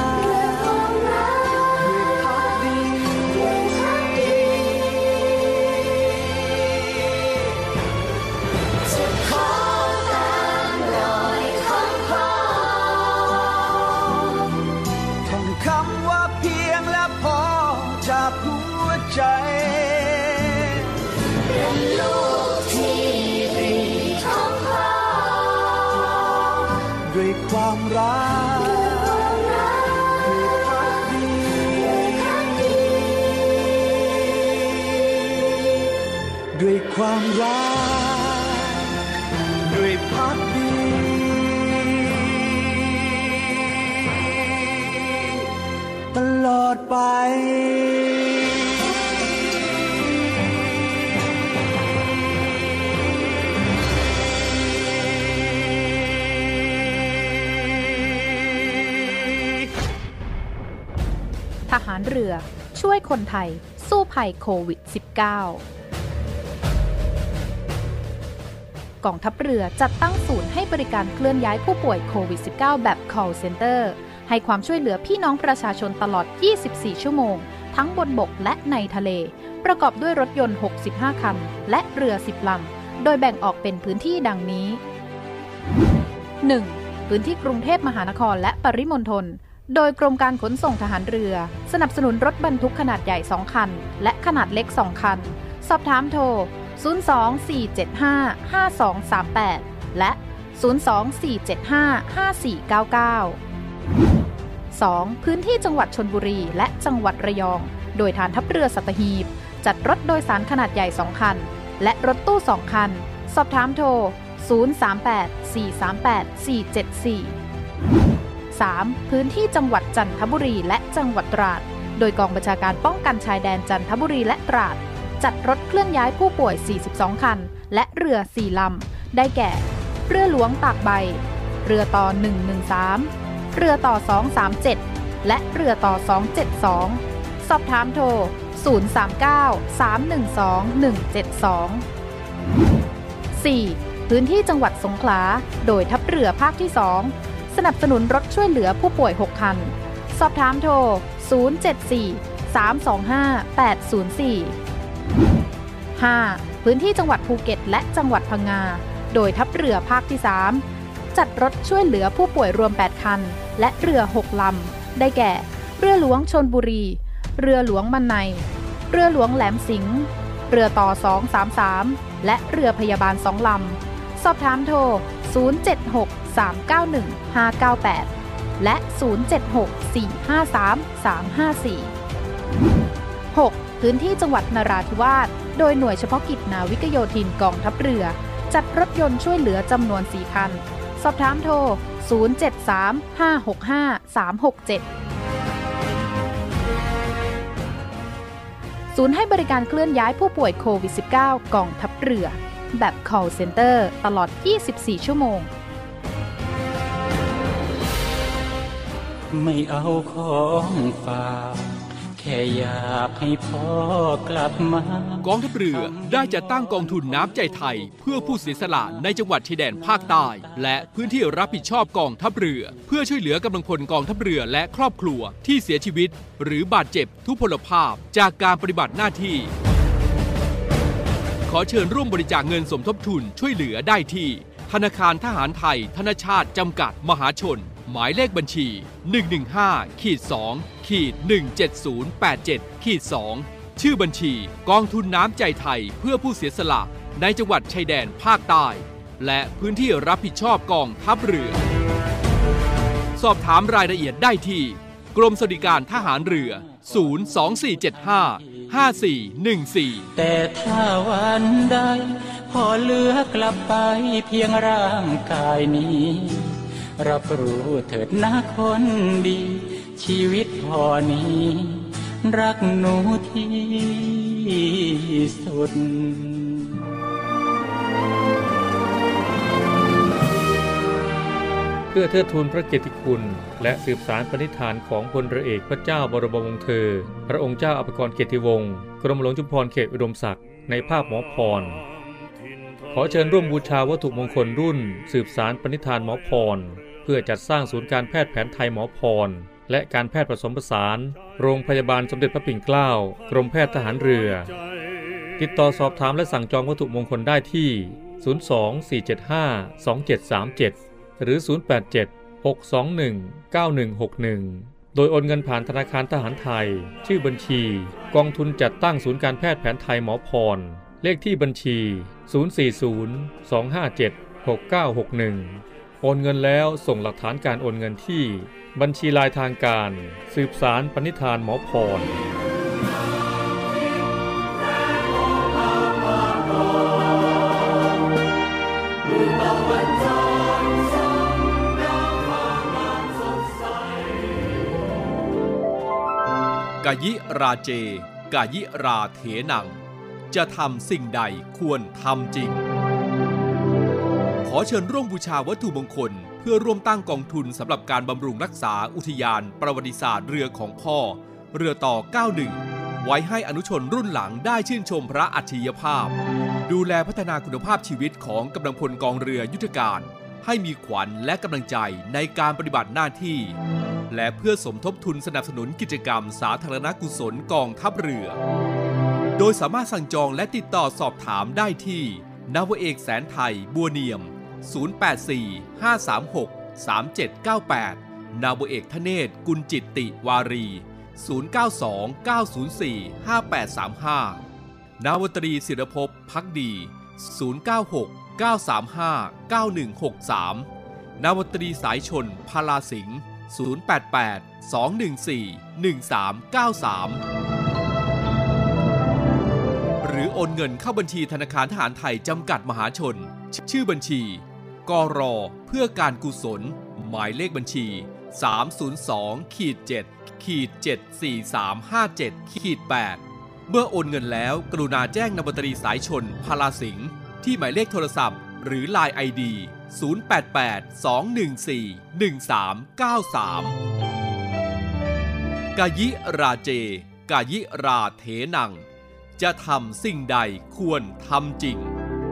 เป็นลูกที่ดีของพ่อด้วยความรักด้วยภักดีด้วยความรักด้วยภักดีตลอดไปทหารเรือช่วยคนไทยสู้ภัยโควิด -19 กองทัพเรือจัดตั้งศูนย์ให้บริการเคลื่อนย้ายผู้ป่วยโควิด -19 แบบ call center ให้ความช่วยเหลือพี่น้องประชาชนตลอด 24 ชั่วโมงทั้งบนบกและในทะเลประกอบด้วยรถยนต์ 65 คันและเรือ 10 ลำโดยแบ่งออกเป็นพื้นที่ดังนี้ 1. พื้นที่กรุงเทพมหานครและปริมณฑลโดยกรมการขนส่งทหารเรือสนับสนุนรถบรรทุกขนาดใหญ่2คันและขนาดเล็ก2คันสอบถามโทร 024755238 และ 024755499 2. พื้นที่จังหวัดชลบุรีและจังหวัดระยองโดยฐานทัพเรือสัตหีบจัดรถโดยสารขนาดใหญ่2คันและรถตู้2คันสอบถามโทร 038-438-474 3. พื้นที่จังหวัดจันทบุรีและจังหวัดตราดโดยกองบัญชาการป้องกันชายแดนจันทบุรีและตราดจัดรถเคลื่อนย้ายผู้ป่วย42คันและเรือ4ลำได้แก่เรือหลวงตากใบเรือต่อ113เรือต่อ237และเรือต่อ272สอบถามโทร 039-312-172 4. พื้นที่จังหวัดสงขลาโดยทัพเรือภาคที่2สนับสนุนรถช่วยเหลือผู้ป่วย6คันสอบถามโทร 074-325-804 5. พื้นที่จังหวัดภูเก็ตและจังหวัดพังงาโดยทัพเรือภาคที่3จัดรถช่วยเหลือผู้ป่วยรวม8คันและเรือ6ลำได้แก่เรือหลวงชลบุรีเรือหลวงมันในเรือหลวงแหลมสิงห์เรือต่อ233และเรือพยาบาล2ลำสอบถามโทร 076-391-598 และ 076-453-354 6. พื้นที่จังหวัดนราธิวาสโดยหน่วยเฉพาะกิจนาวิกโยธินกองทัพเรือจัดรถยนต์ช่วยเหลือจำนวน4คันสอบถามโทร 073-565-367 ศูนย์ให้บริการเคลื่อนย้ายผู้ป่วยโควิด -19 กองทัพเรือแบบ call center ตลอด 24 ชั่วโมงไม่เอาของฝากแค่อยากให้พ่อกลับมากองทัพเรือได้จัดตั้งกองทุนน้ำใจไทยเพื่อผู้เสียสละในจังหวัดชายแดนภาคใต้และพื้นที่รับผิดชอบกองทัพเรือเพื่อช่วยเหลือกำลังพลกองทัพเรือและครอบครัวที่เสียชีวิตหรือบาดเจ็บทุพพลภาพจากการปฏิบัติหน้าที่ขอเชิญร่วมบริจาคเงินสมทบทุนช่วยเหลือได้ที่ธนาคารทหารไทยธนชาติจำกัดมหาชนหมายเลขบัญชี 115-2-17087-2 ชื่อบัญชีกองทุนน้ำใจไทยเพื่อผู้เสียสละในจังหวัดชายแดนภาคใต้และพื้นที่รับผิดชอบกองทัพเรือสอบถามรายละเอียดได้ที่กรมสวัสดิการทหารเรือ 02475-5414 แต่ถ้าวันใดพอเหลือกลับไปเพียงร่างกายนี้รับรู้เถิดนะคนดีชีวิตพอนี้รักหนูที่สุดเพื่อเทิดทูนพระเกียรติคุณและสืบสานปณิธานของพลเรือเอกพระเจ้าบรมวงศ์เธอพระองค์เจ้าอภากรเกียรติวงศ์กรมหลวงชุมพรเขตอุดมศักดิ์ในภาพหมอพรขอเชิญร่วมบูชาวัตถุมงคลรุ่นสืบสานปณิธานหมอพรเพื่อจัดสร้างศูนย์การแพทย์แผนไทยหมอพรและการแพทย์ผสมผสานโรงพยาบาลสมเด็จพระปิ่นเกล้ากรมแพทย์ทหารเรือติดต่อสอบถามและสั่งจองวัตถุมงคลได้ที่ 024752737 หรือ 087-621-9161 โดยโอนเงินผ่านธนาคารทหารไทยชื่อบัญชีกองทุนจัดตั้งศูนย์การแพทย์แผนไทยหมอพรเลขที่บัญชี 040-257-6961 โอนเงินแล้วส่งหลักฐานการโอนเงินที่บัญชีลายทางการสืบสารปณิธานหมอพรกายิราเจกายิราเถนังจะทำสิ่งใดควรทำจริงขอเชิญร่วมบูชาวัตถุมงคลเพื่อร่วมตั้งกองทุนสำหรับการบำรุงรักษาอุทยานประวัติศาสตร์เรือของพ่อเรือต่อ 91 ไว้ให้อนุชนรุ่นหลังได้ชื่นชมพระอัจฉริยภาพดูแลพัฒนาคุณภาพชีวิตของกำลังพลกองเรือยุทธการให้มีขวัญและกำลังใจในการปฏิบัติหน้าที่และเพื่อสมทบทุนสนับสนุนกิจกรรมสาธารณกุศลกองทัพเรือโดยสามารถสั่งจองและติดต่อสอบถามได้ที่นาวาเอกแสนไทยบัวเนียม 084-536-3798 นาวาเอกธเนศกุลจิตติวารี 092-904-5835 นาวาตรีศิรภพภักดี 096-904-5288 935-9163 นาวตรีสายชนพาลาสิงห์ 088-214-1393 หรือโอนเงินเข้าบัญชีธนาคารทหารไทยจำกัดมหาชนชื่อบัญชีกรเพื่อการกุศลหมายเลขบัญชี 302-7-74357-8 เมื่อโอนเงินแล้วกรุณาแจ้งนาวตรีสายชนพาลาสิงห์ที่หมายเลขโทรศัพท์หรือ LINE ID 088-214-1393 กายิราเจกายิราเถนังจะทำสิ่งใดควรทำจริง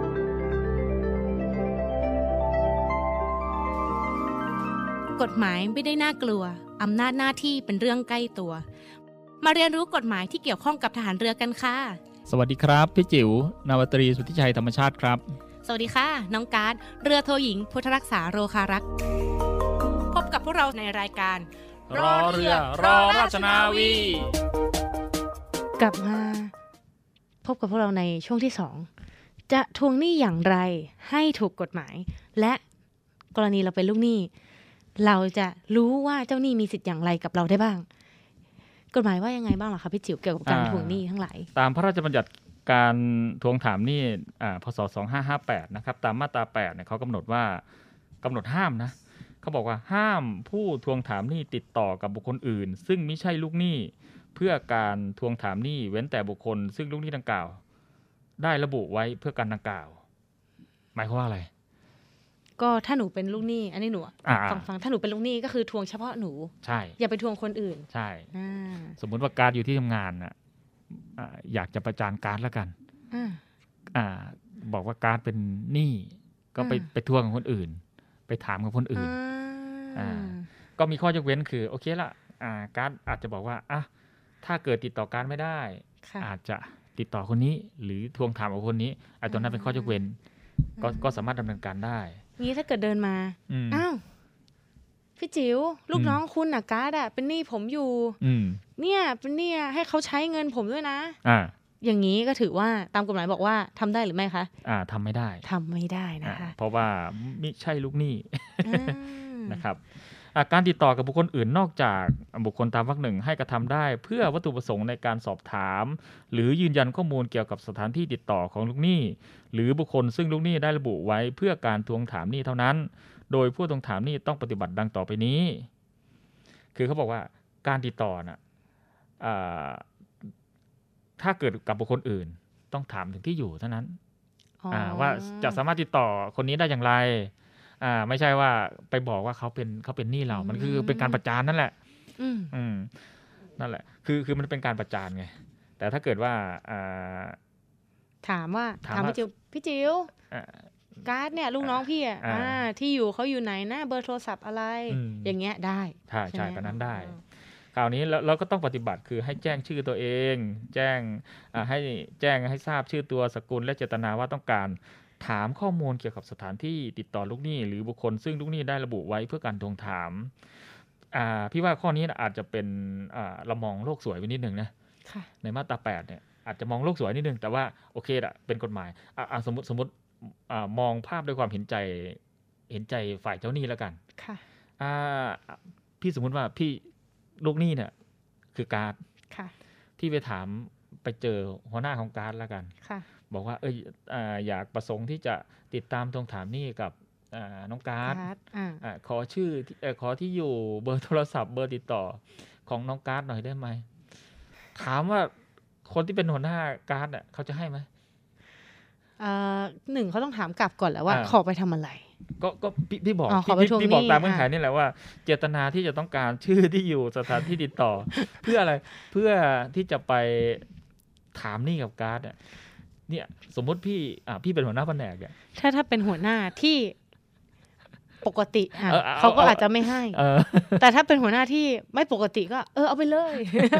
กฎหมายไม่ได้น่ากลัวอำนาจหน้าที่เป็นเรื่องใกล้ตัวมาเรียนรู้กฎหมายที่เกี่ยวข้องกับทหารเรือกันค่ะสวัสดีครับพี่จิ๋วนาวตรีสุทธิชัยธรรมชาติครับสวัสดีค่ะน้องการ์ดเรือโทหญิงพุทธรักษาโรคารักษ์พบกับพวกเราในรายการรอเรือรอราชนาวีกลับมาพบกับพวกเราในช่วงที่2จะทวงหนี้อย่างไรให้ถูกกฎหมายและกรณีเราเป็นลูกหนี้เราจะรู้ว่าเจ้าหนี้มีสิทธิ์อย่างไรกับเราได้บ้างกฎหมายว่ายังไงบ้างล่ะคะพี่จิ๋วเกี่ยวกับการทวงหนี้ทั้งหลายตามพระราชบัญญัติการทวงถามหนี้พศ2558นะครับตามมาตรา8เนี่ยเขากำหนดห้ามนะเขาบอกว่าห้ามผู้ทวงถามหนี้ติดต่อกับบุคคลอื่นซึ่งไม่ใช่ลูกหนี้เพื่อการทวงถามหนี้เว้นแต่บุคคลซึ่งลูกหนี้ดังกล่าวได้ระบุไว้เพื่อการดังกล่าวหมายความว่าอะไรก็ถ้าหนูเป็นลูกหนี้อันนี้หนูฟังถ้าหนูเป็นลูกหนี้ก็คือทวงเฉพาะหนูใช่อย่าไปทวงคนอื่นใช่สมมุติว่าการอยู่ที่ทำงานน่ะอยากจะประจานการแล้วกันบอกว่าการเป็นหนี้ก็ไปทวงกับคนอื่นไปถามกับคนอื่นก็มีข้อยกเว้นคือโอเคละการอาจจะบอกว่าถ้าเกิดติดต่อการไม่ได้อาจจะติดต่อคนนี้หรือทวงถามกับคนนี้ตรงนั้นเป็นข้อยกเว้นก็สามารถดำเนินการได้งี้ถ้าเกิดเดินมาอ้าวพี่จิ๋วลูกน้องคุณน่ะการ์ดเป็นหนี้ผมอยู่เนี่ยเป็นหนี้ให้เขาใช้เงินผมด้วยนะอย่างนี้ก็ถือว่าตามกฎหมายบอกว่าทำได้หรือไม่คะทำไม่ได้นะคะเพราะว่าไม่ใช่ลูกหนี้นะครับการติดต่อกับบุคคลอื่นนอกจากบุคคลตามวรรคหนึ่งให้กระทำได้เพื่อวัตถุประสงค์ในการสอบถามหรือยืนยันข้อมูลเกี่ยวกับสถานที่ติดต่อของลูกหนี้หรือบุคคลซึ่งลูกหนี้ได้ระบุไว้เพื่อการทวงถามหนี้เท่านั้นโดยผู้ทวงถามหนี้ต้องปฏิบัติดังต่อไปนี้คือเขาบอกว่าการติดต่อน่ะถ้าเกิดกับบุคคลอื่นต้องถามถึงที่อยู่เท่านั้นว่าจะสามารถติดต่อคนนี้ได้อย่างไรไม่ใช่ว่าไปบอกว่าเขาเป็นหนี้เรามันคือเป็นการประจานนั่นแหละนั่นแหละคือมันเป็นการประจานไงแต่ถ้าเกิดว่าถามพี่จิ๋วการ์ดเนี่ยลูกน้องพี่ที่อยู่เขาอยู่ไหนนะเบอร์โทรศัพท์อะไรอย่างเงี้ยได้ใช่แบบนั้นได้คราวนี้เราก็ต้องปฏิบัติคือให้แจ้งชื่อตัวเองแจ้งให้ทราบชื่อตัวสกุลและเจตนาว่าต้องการถามข้อมูลเกี่ยวกับสถานที่ติดต่อลูกหนี้หรือบุคคลซึ่งลูกหนี้ได้ระบุไว้เพื่อการทวงถามพี่ว่าข้อนี้อาจจะเป็นเรามองโลกสวยไปนิดนึงนะในมาตรา8เนี่ยอาจจะมองโลกสวยนิดนึงแต่ว่าโอเคละเป็นกฎหมายสมมติมองภาพด้วยความเห็นใจฝ่ายเจ้าหนี้แล้วกันพี่สมมติว่าพี่ลูกหนี้เนี่ยคือการ์ดพี่ไปเจอหัวหน้าของการ์ดแล้วกันบอกว่าอยากประสงค์ที่จะติดตามทวงถามหนี้กับน้องการ์ดขอชื่อขอที่อยู่เบอร์โทรศัพท์เบอร์ติดต่อของน้องการ์ดหน่อยได้ไหมถามว่าคนที่เป็นหัวหน้าการ์ดเขาจะให้ไหมหนึ่งเขาต้องถามกลับก่อนแล้วว่าขอไปทำอะไรก็พี่บอกตามเงื่อนไขนี่แหละว่าเจตนาที่จะต้องการชื่อที่อยู่สถานที่ติดต่อ เพื่ออะไรเพื่อที่จะไปถามหนี้กับการ์ดเนี่ยสมมติพี่เป็นหัวหน้าแผนกเนี่ยถ้าเป็นหัวหน้าที่ปกติเขาก็อาจจะไม่ให้แต่ถ้าเป็นหัวหน้าที่ไม่ปกติก็เอาไปเลย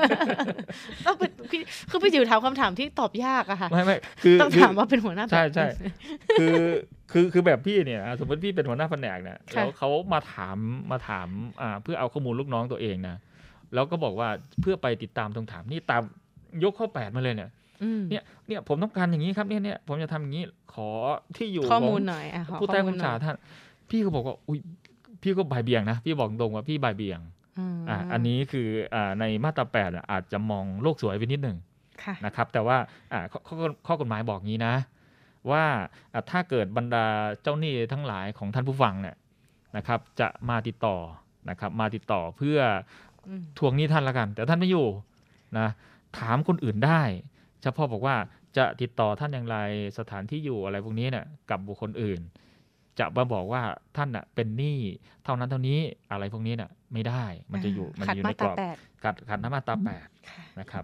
คือพี่จิ๋วถามคำถามที่ตอบยากอะค่ะไม่ต้องถามว่าเป็นหัวหน้าใช่คือแบบพี่เนี่ยสมมติพี่เป็นหัวหน้าแผนกเนี่ยแล้วเขามาถามเพื่อเอาข้อมูลลูกน้องตัวเองนะแล้วก็บอกว่าเพื่อไปติดตามทวงถามนี่ตามยกข้อ8มาเลยเนี่ยเนี่ยผมต้องการอย่างนี้ครับเนี่ยผมจะทำอย่างนี้ขอที่อยู่ข้อมูลหน่อยผู้ใต้บัญชาท่านพี่ก็บอกว่าอุ้ยพี่ก็บ่ายเบี่ยงนะพี่บอกตรงว่าพี่บ่ายเบี่ยงอันนี้คือในมาตรา8อาจจะมองโลกสวยไปนิดหนึ่งนะครับแต่ว่าข้อกฎหมายบอกงี้นะว่าถ้าเกิดบรรดาเจ้าหนี้ทั้งหลายของท่านผู้ฟังเนี่ยนะครับจะมาติดต่อนะครับมาติดต่อเพื่อทวงหนี้ท่านละกันแต่ท่านไม่อยู่นะถามคนอื่นได้เฉพาะบอกว่าจะติดต่อท่านอย่างไรสถานที่อยู่อะไรพวกนี้เนี่ยกับบุคคลอื่นจะมาบอกว่าท่านเป็นหนี้เท่านั้นเท่านี้อะไรพวกนี้เนี่ยไม่ได้มันจะอยู่ในกรอบขัดมาตรา8นะครับ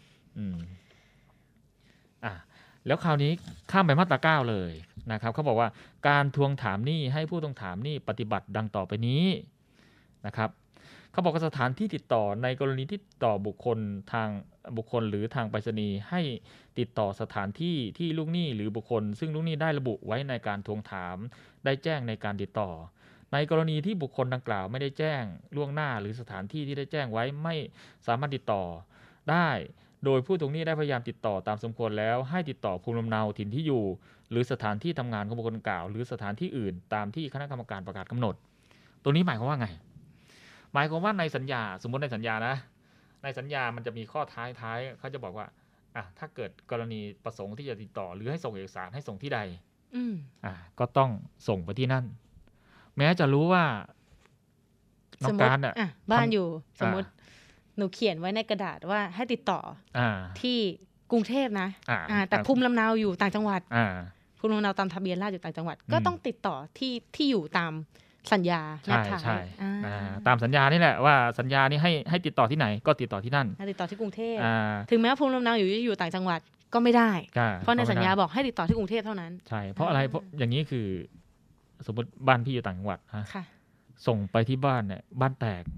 แล้วคราวนี้ข้ามไปมาตรา9เลยนะครับเขาบอกว่าการทวงถามหนี้ให้ผู้ทวงถามหนี้ปฏิบัติดังต่อไปนี้นะครับเขาบอกว่าสถานที่ติดต่อในกรณีที่ต่อบุคคลหรือทางไปรษณีย์ให้ติดต่อสถานที่ที่ลูกหนี้หรือบุคคลซึ่งลูกหนี้ได้ระบุไว้ในการทวงถามได้แจ้งในการติดต่อในกรณีที่บุคคลดังกล่าวไม่ได้แจ้งล่วงหน้าหรือสถานที่ที่ได้แจ้งไว้ไม่สามารถติดต่อได้โดยผู้ทวงหนี้ได้พยายามติดต่อตามสมควรแล้วให้ติดต่อภูมิลำเนาถิ่นที่อยู่หรือสถานที่ทำงานของบุคคลดังกล่าวหรือสถานที่อื่นตามที่คณะกรรมการประกาศกำหนดตัวนี้หมายความว่าไงหมายความว่าในสัญญาสมมติในสัญญานะในสัญญามันจะมีข้อท้ายเขาจะบอกว่าถ้าเกิดกรณีประสงค์ที่จะติดต่อหรือให้ส่งเอกสารให้ส่งที่ใดก็ต้องส่งไปที่นั่นแม้จะรู้ว่าน้องการบ้านอยู่สมมติหนูเขียนไว้ในกระดาษว่าให้ติดต่อที่กรุงเทพนะแต่ภูมิลำเนาอยู่ต่างจังหวัดภูมิลำเนาตามทะเบียนราษฎร์อยู่ต่างจังหวัดก็ต้องติดต่อที่อยู่ตามสัญญาใช่ตามสัญญานี่แหละว่าสัญญานี้ให้ติดต่อที่ไหนก็ติดต่อที่นั่นติดต่อที่กรุงเทพถึงแม้ภูมิลำเนาอยู่ต่างจังหวัดก็ไม่ได้เพราะในสัญญาบอกให้ติดต่อที่กรุงเทพเท่านั้นใช่เพราะอะไรเพราะอย่างนี้คือสมมติบ้านพี่อยู่ต่างจังหวัดส่งไปที่บ้านเนี่ยบ้านแตก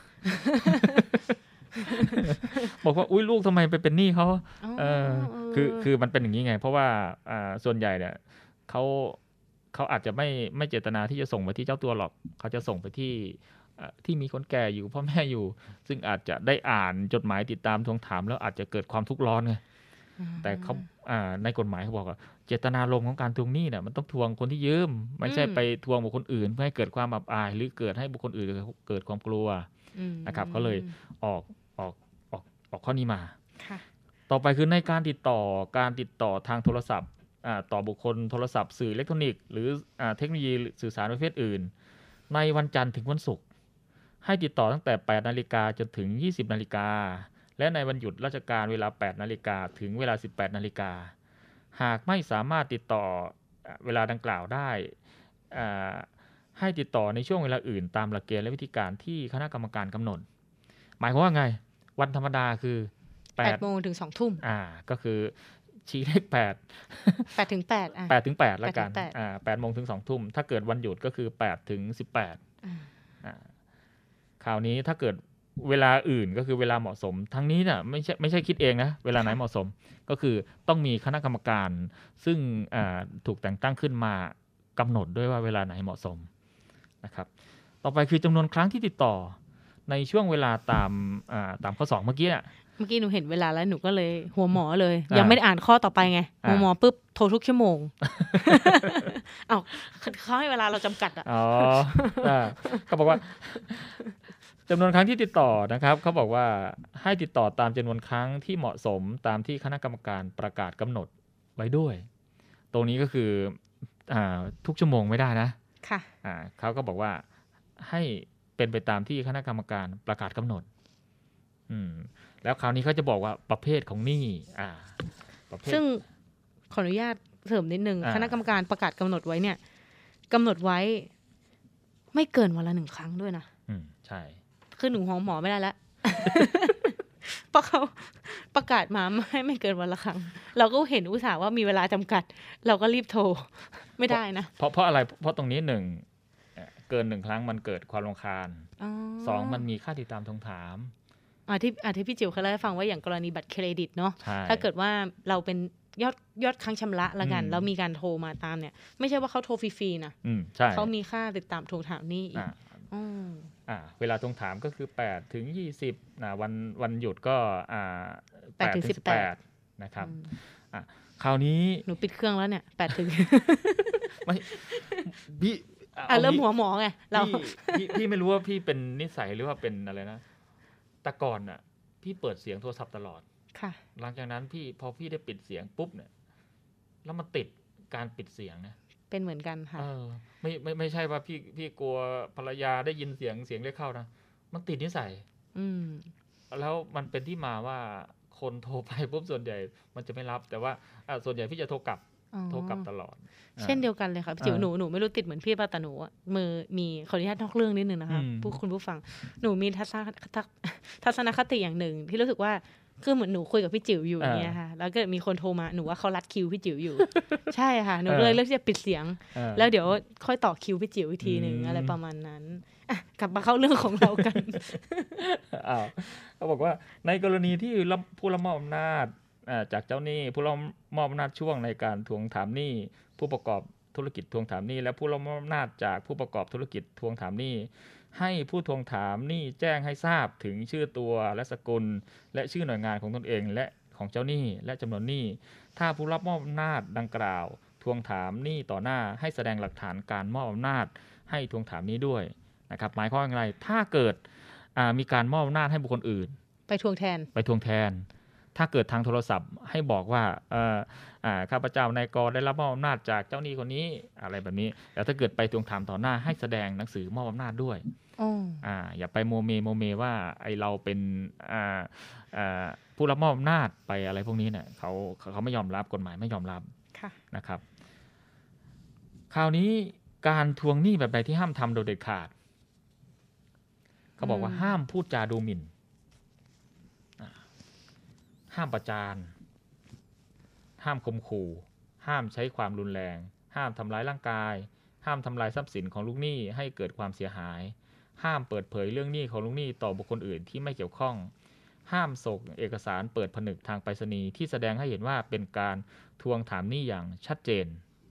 บอกว่าอุ้ยลูกทำไมไปเป็นหนี้เขาคือมันเป็นอย่างนี้ไงเพราะว่าส่วนใหญ่เนี่ยเขาอาจจะไม่เจตนาที่จะส่งไปที่เจ้าตัวหรอกเขาจะส่งไปที่มีคนแก่อยู่พ่อแม่อยู่ซึ่งอาจจะได้อ่านจดหมายติดตามทวงถามแล้วอาจจะเกิดความทุกข์ร้อนไงแต่เขาในกฎหมายเขาบอกว่าเจตนารมณ์ของการทวงหนี้เนี่ยมันต้องทวงคนที่ยืมไม่ใช่ไปทวงบุคคลอื่นเพื่อให้เกิดความอับอายหรือเกิดให้บุคคลอื่นเกิดความกลัวนะครับเขาเลยออกข้อนี้มาต่อไปคือในการติดต่อทางโทรศัพท์ต่อบุคคลโทรศัพท์สื่ออิเล็กทรอนิกส์หรือเทคโนโลยีสื่อสารประเภทอื่นในวันจันทร์ถึงวันศุกร์ให้ติดต่อตั้งแต่ 8 นาฬิกาจนถึง 20 นาฬิกาและในวันหยุดราชการเวลา 8 นาฬิกาถึงเวลา 18 นาฬิกาหากไม่สามารถติดต่อเวลาดังกล่าวได้ให้ติดต่อในช่วงเวลาอื่นตามหลักเกณฑ์และวิธีการที่คณะกรรมการกำหนดหมายความว่าไงวันธรรมดาคือ 8 โมงถึง 2 ทุ่มก็คือชี้เลข 8ถึง8 8ถึง8แล้วกัน8โมงถึง2ทุ่มถ้าเกิดวันหยุดก็คือ8ถึง18คราวนี้ถ้าเกิดเวลาอื่นก็คือเวลาเหมาะสมทั้งนี้เนี่ยไม่ใช่คิดเองนะเวลาไหนเหมาะสมก็คือต้องมีคณะกรรมการซึ่งถูกแต่งตั้งขึ้นมากำหนดด้วยว่าเวลาไหนเหมาะสมนะครับต่อไปคือจำนวนครั้งที่ติดต่อในช่วงเวลาตามข้อ2เมื่อกี้หนูเห็นเวลาแล้วหนูก็เลยหัวหมอเลยยังไม่ได้อ่านข้อต่อไปไงหัวหมอปุ๊บโทรทุกชั่วโมงเขาให้เวลาเราจำกัดเขาบอกว่าจำนวนครั้งที่ติดต่อนะครับเขาบอกว่าให้ติดต่อตามจำนวนครั้งที่เหมาะสมตามที่คณะกรรมการประกาศกำหนดไว้ด้วยตรงนี้ก็คือทุกชั่วโมงไม่ได้นะค่ะเขาก็บอกว่าให้เป็นไปตามที่คณะกรรมการประกาศกำหนดแล้วคราวนี้เขาจะบอกว่าประเภทของหนี้ซึ่งขออนุญาตเสริมนิดนึงคณะกรรมการประกาศกำหนดไว้เนี่ยกำหนดไว้ไม่เกินวันละ1 ครั้งด้วยนะใช่คือหนูหมอไม่ได้แล้ว เพราะเขาประกาศมาไม่เกินวันละครั้งเราก็เห็นอุตส่าห์ว่ามีเวลาจำกัดเราก็รีบโทรไม่ได้นะเพราะอะไรเพราะตรงนี้1เกิน1 ครั้งมันเกิดความรำคาญ2มันมีค่าติดตามทวงถามที่พี่จิ๋วเคยเล่าให้ฟังว่าอย่างกรณีบัตรเครดิตเนาะถ้าเกิดว่าเราเป็นยอดครั้งชำระละกันแล้วมีการโทรมาตามเนี่ยไม่ใช่ว่าเขาโทรฟรีๆนะเขามีค่าติดตามทวงถามนี่อีกเวลาทวงถามก็คือ8ถึง20วันหยุดก็8ถึง18 นะครับคราวนี้หนูปิดเครื่องแล้วเนี่ย8 ถึงไม่พี่เริ่มหัวหมอไงเราพี่ไม่รู้ว่าพี่เป็นนิสัยหรือว่าเป็นอะไรนะแต่ก่อนอ่ะพี่เปิดเสียงโทรศัพท์ตลอดค่ะหลังจากนั้นพอพี่ได้ปิดเสียงปุ๊บเนี่ยแล้วมันติดการปิดเสียงนะเป็นเหมือนกันค่ะไม่ใช่ว่าพี่กลัวภรรยาได้ยินเสียงเรียกเข้านะมันติดนิสัยแล้วมันเป็นที่มาว่าคนโทรไปปุ๊บส่วนใหญ่มันจะไม่รับแต่ว่าส่วนใหญ่พี่จะโทรกลับตลอดเช่นเดียวกันเลยค่ะจิ๋วหนูไม่รู้ติดเหมือนพี่ป่ะแต่หนูมือมีขออนุญาตนอกเรื่องนิดนึงนะคะคุณผู้ฟังหนูมีทัศนคติอย่างหนึ่งที่รู้สึกว่าคือเหมือนหนูคุยกับพี่จิ๋วอยู่อย่างเงี้ยค่ะแล้วก็มีคนโทรมาหนูว่าเขารัดคิวพี่จิ๋วอยู่ใช่ค่ะหนูเลยเลือกที่จะปิดเสียงแล้วเดี๋ยวค่อยต่อคิวพี่จิ๋วอีกทีนึงอะไรประมาณนั้นกลับมาเข้าเรื่องของเรากันเขาบอกว่าในกรณีที่ผู้รับมอบอำนาจจากเจ้าหนี้ผู้รับมอบอำนาจช่วงในการทวงถามหนี้ผู้ประกอบธุรกิจทวงถามหนี้และผู้รับมอบอำนาจจากผู้ประกอบธุรกิจทวงถามหนี้ให้ผู้ทวงถามหนี้แจ้งให้ทราบถึงชื่อตัวและสกุลและชื่อหน่วยงานของตนเองและของเจ้าหนี้และจำนวนหนี้ถ้าผู้รับมอบอำนาจดังกล่าวทวงถามหนี้ต่อหน้าให้แสดงหลักฐานการมอบอำนาจให้ทวงถามนี้ด้วยนะครับหมายความว่าอย่างไรถ้าเกิดมีการมอบอำนาจให้บุคคลอื่นไปทวงแทนถ้าเกิดทางโทรศัพท์ให้บอกว่าข้าพเจ้านายกได้รับมอบอำนาจจากเจ้าหนี้คนนี้อะไรแบบนี้แล้วถ้าเกิดไปทวงถามต่อหน้าให้แสดงหนังสือมอบอำนาจด้วยอย่าไปโมเมว่าไอเราเป็นผู้รับมอบอำนาจไปอะไรพวกนี้เนี่ยเขาไม่ยอมรับกฎหมายไม่ยอมรับนะครับคราวนี้การทวงหนี้แบบใดที่ห้ามทำโดยเด็ดขาดเขาบอกว่าห้ามพูดจาดูหมิ่นห้ามประจานห้ามข่มขู่ห้ามใช้ความรุนแรงห้ามทำร้ายร่างกายห้ามทำลายทรัพย์สินของลูกหนี้ให้เกิดความเสียหายห้ามเปิดเผยเรื่องหนี้ของลูกหนี้ต่อบุคคลอื่นที่ไม่เกี่ยวข้องห้ามส่งเอกสารเปิดผนึกทางไปรษณีย์ที่แสดงให้เห็นว่าเป็นการทวงถามหนี้อย่างชัดเจน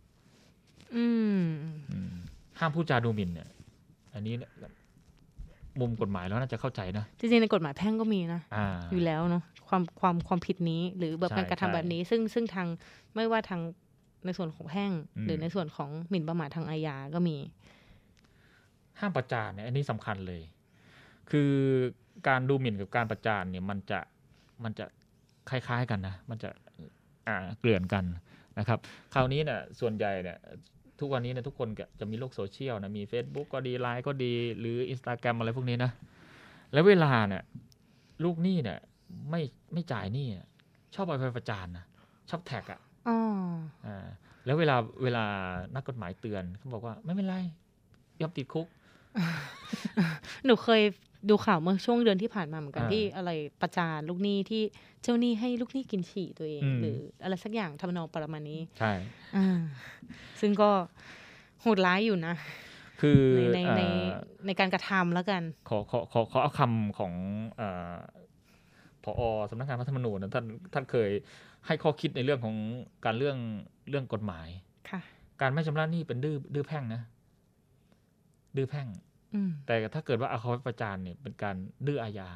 ห้ามพูดจาดูหมิ่นเนี่ยอันนี้มุมกฎหมายแล้วน่าจะเข้าใจนะจริงๆในกฎหมายแพ่งก็มีนะอยู่แล้วเนาะความผิดนี้หรือแบบการกระทำแบบนี้ซึ่งทางไม่ว่าทางในส่วนของแพ่งหรือในส่วนของหมิ่นประมาททางอาญาก็มีห้ามประจานเนี่ยอันนี้สำคัญเลยคือการดูหมิ่นกับการประจานเนี่ยมันจะคล้ายๆกันนะมันจะเกลื่อนกันนะครับคราวนี้เนี่ยส่วนใหญ่เนี่ยทุกวันนี้เนี่ยทุกคนจะมีโลกโซเชียลนะมี Facebook ก็ดี LINE ก็ดีหรือ Instagram อะไรพวกนี้นะแล้วเวลาเนี่ยลูกหนี้เนี่ยไม่จ่ายหนี้ชอบไปประจานนะชอบแท็กแล้วเวลานักกฎหมายเตือนเขาบอกว่าไม่เป็นไรยอมติดคุกหนูเคยดูข่าวเมื่อช่วงเดือนที่ผ่านมาเหมือนกันที่อะไรประจานลูกหนี้ที่เจ้าหนี้ให้ลูกหนี้กินฉี่ตัวเองหรืออะไรสักอย่างทำนองประมาณนี้ใช่ซึ่งก็โหดร้ายอยู่นะคือในการกระทำแล้วกันขอเอาคำของผอ.สำนักงานรัฐธรรมนูญท่านเคยให้ข้อคิดในเรื่องของการเรื่องกฎหมายการไม่ชำระหนี้เป็นดื้อแพ่งนะดื้อแพ่งแต่ถ้าเกิดว่าเอาเขาไปประจานเนี่ยเป็นการดื้ออาญา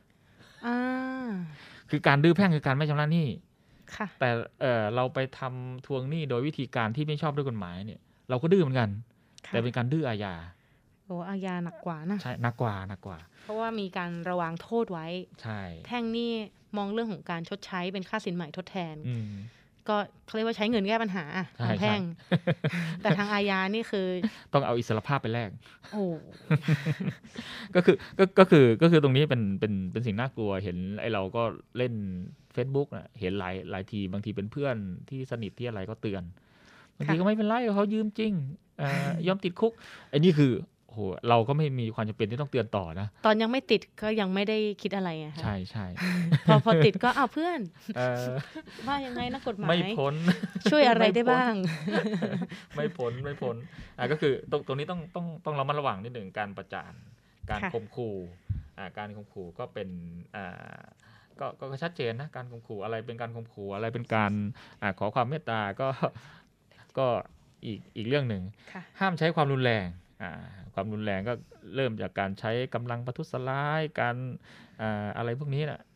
คือการดื้อแพ่งคือการไม่ชำระหนี้แต่เราไปทำทวงหนี้โดยวิธีการที่ไม่ชอบด้วยกฎหมายเนี่ยเราก็ดื้อเหมือนกันแต่เป็นการดื้ออาญาโอ้อาญาหนักกว่านะใช่หนักกว่าเพราะว่ามีการระวางโทษไว้ใช่แพ่งนี่มองเรื่องของการชดใช้เป็นค่าสินใหม่ทดแทนก็เขาเรียกว่าใช้เงินแก้ปัญหาทางแพ่งแต่ทางอาญานี่คือต้องเอาอิสรภาพไปแลกโอ้ก็คือตรงนี้เป็นสิ่งน่ากลัวเห็นไอ้เราก็เล่น Facebook น่ะเห็นหลายทีบางทีเป็นเพื่อนที่สนิทที่อะไรก็เตือนบางทีก็ไม่เป็นไรเขายืมจริงยอมติดคุกไอ้นี่คือโหเราก็ไม่มีความจำเป็นที่ต้องเตือนต่อนะตอนยังไม่ติดก็ยังไม่ได้คิดอะไรอะค่ะใช่พอติดก็เอาเพื่อนว่ายังไงนะกฎหมายไม่พ้นช่วยอะไรได้บ้างไม่พ้นก็คือตรงนี้ต้องระมัดระวังนิดหนึ่งการประจานการข่มขู่การข่มขู่ก็เป็นก็ชัดเจนนะการข่มขู่อะไรเป็นการข่มขู่อะไรเป็นการขอความเมตตาก็อีกเรื่องหนึ่งห้ามใช้ความรุนแรงความรุนแรงก็เริ่มจากการใช้กำลังประทุษร้ายการอะไรพวกนี้นะ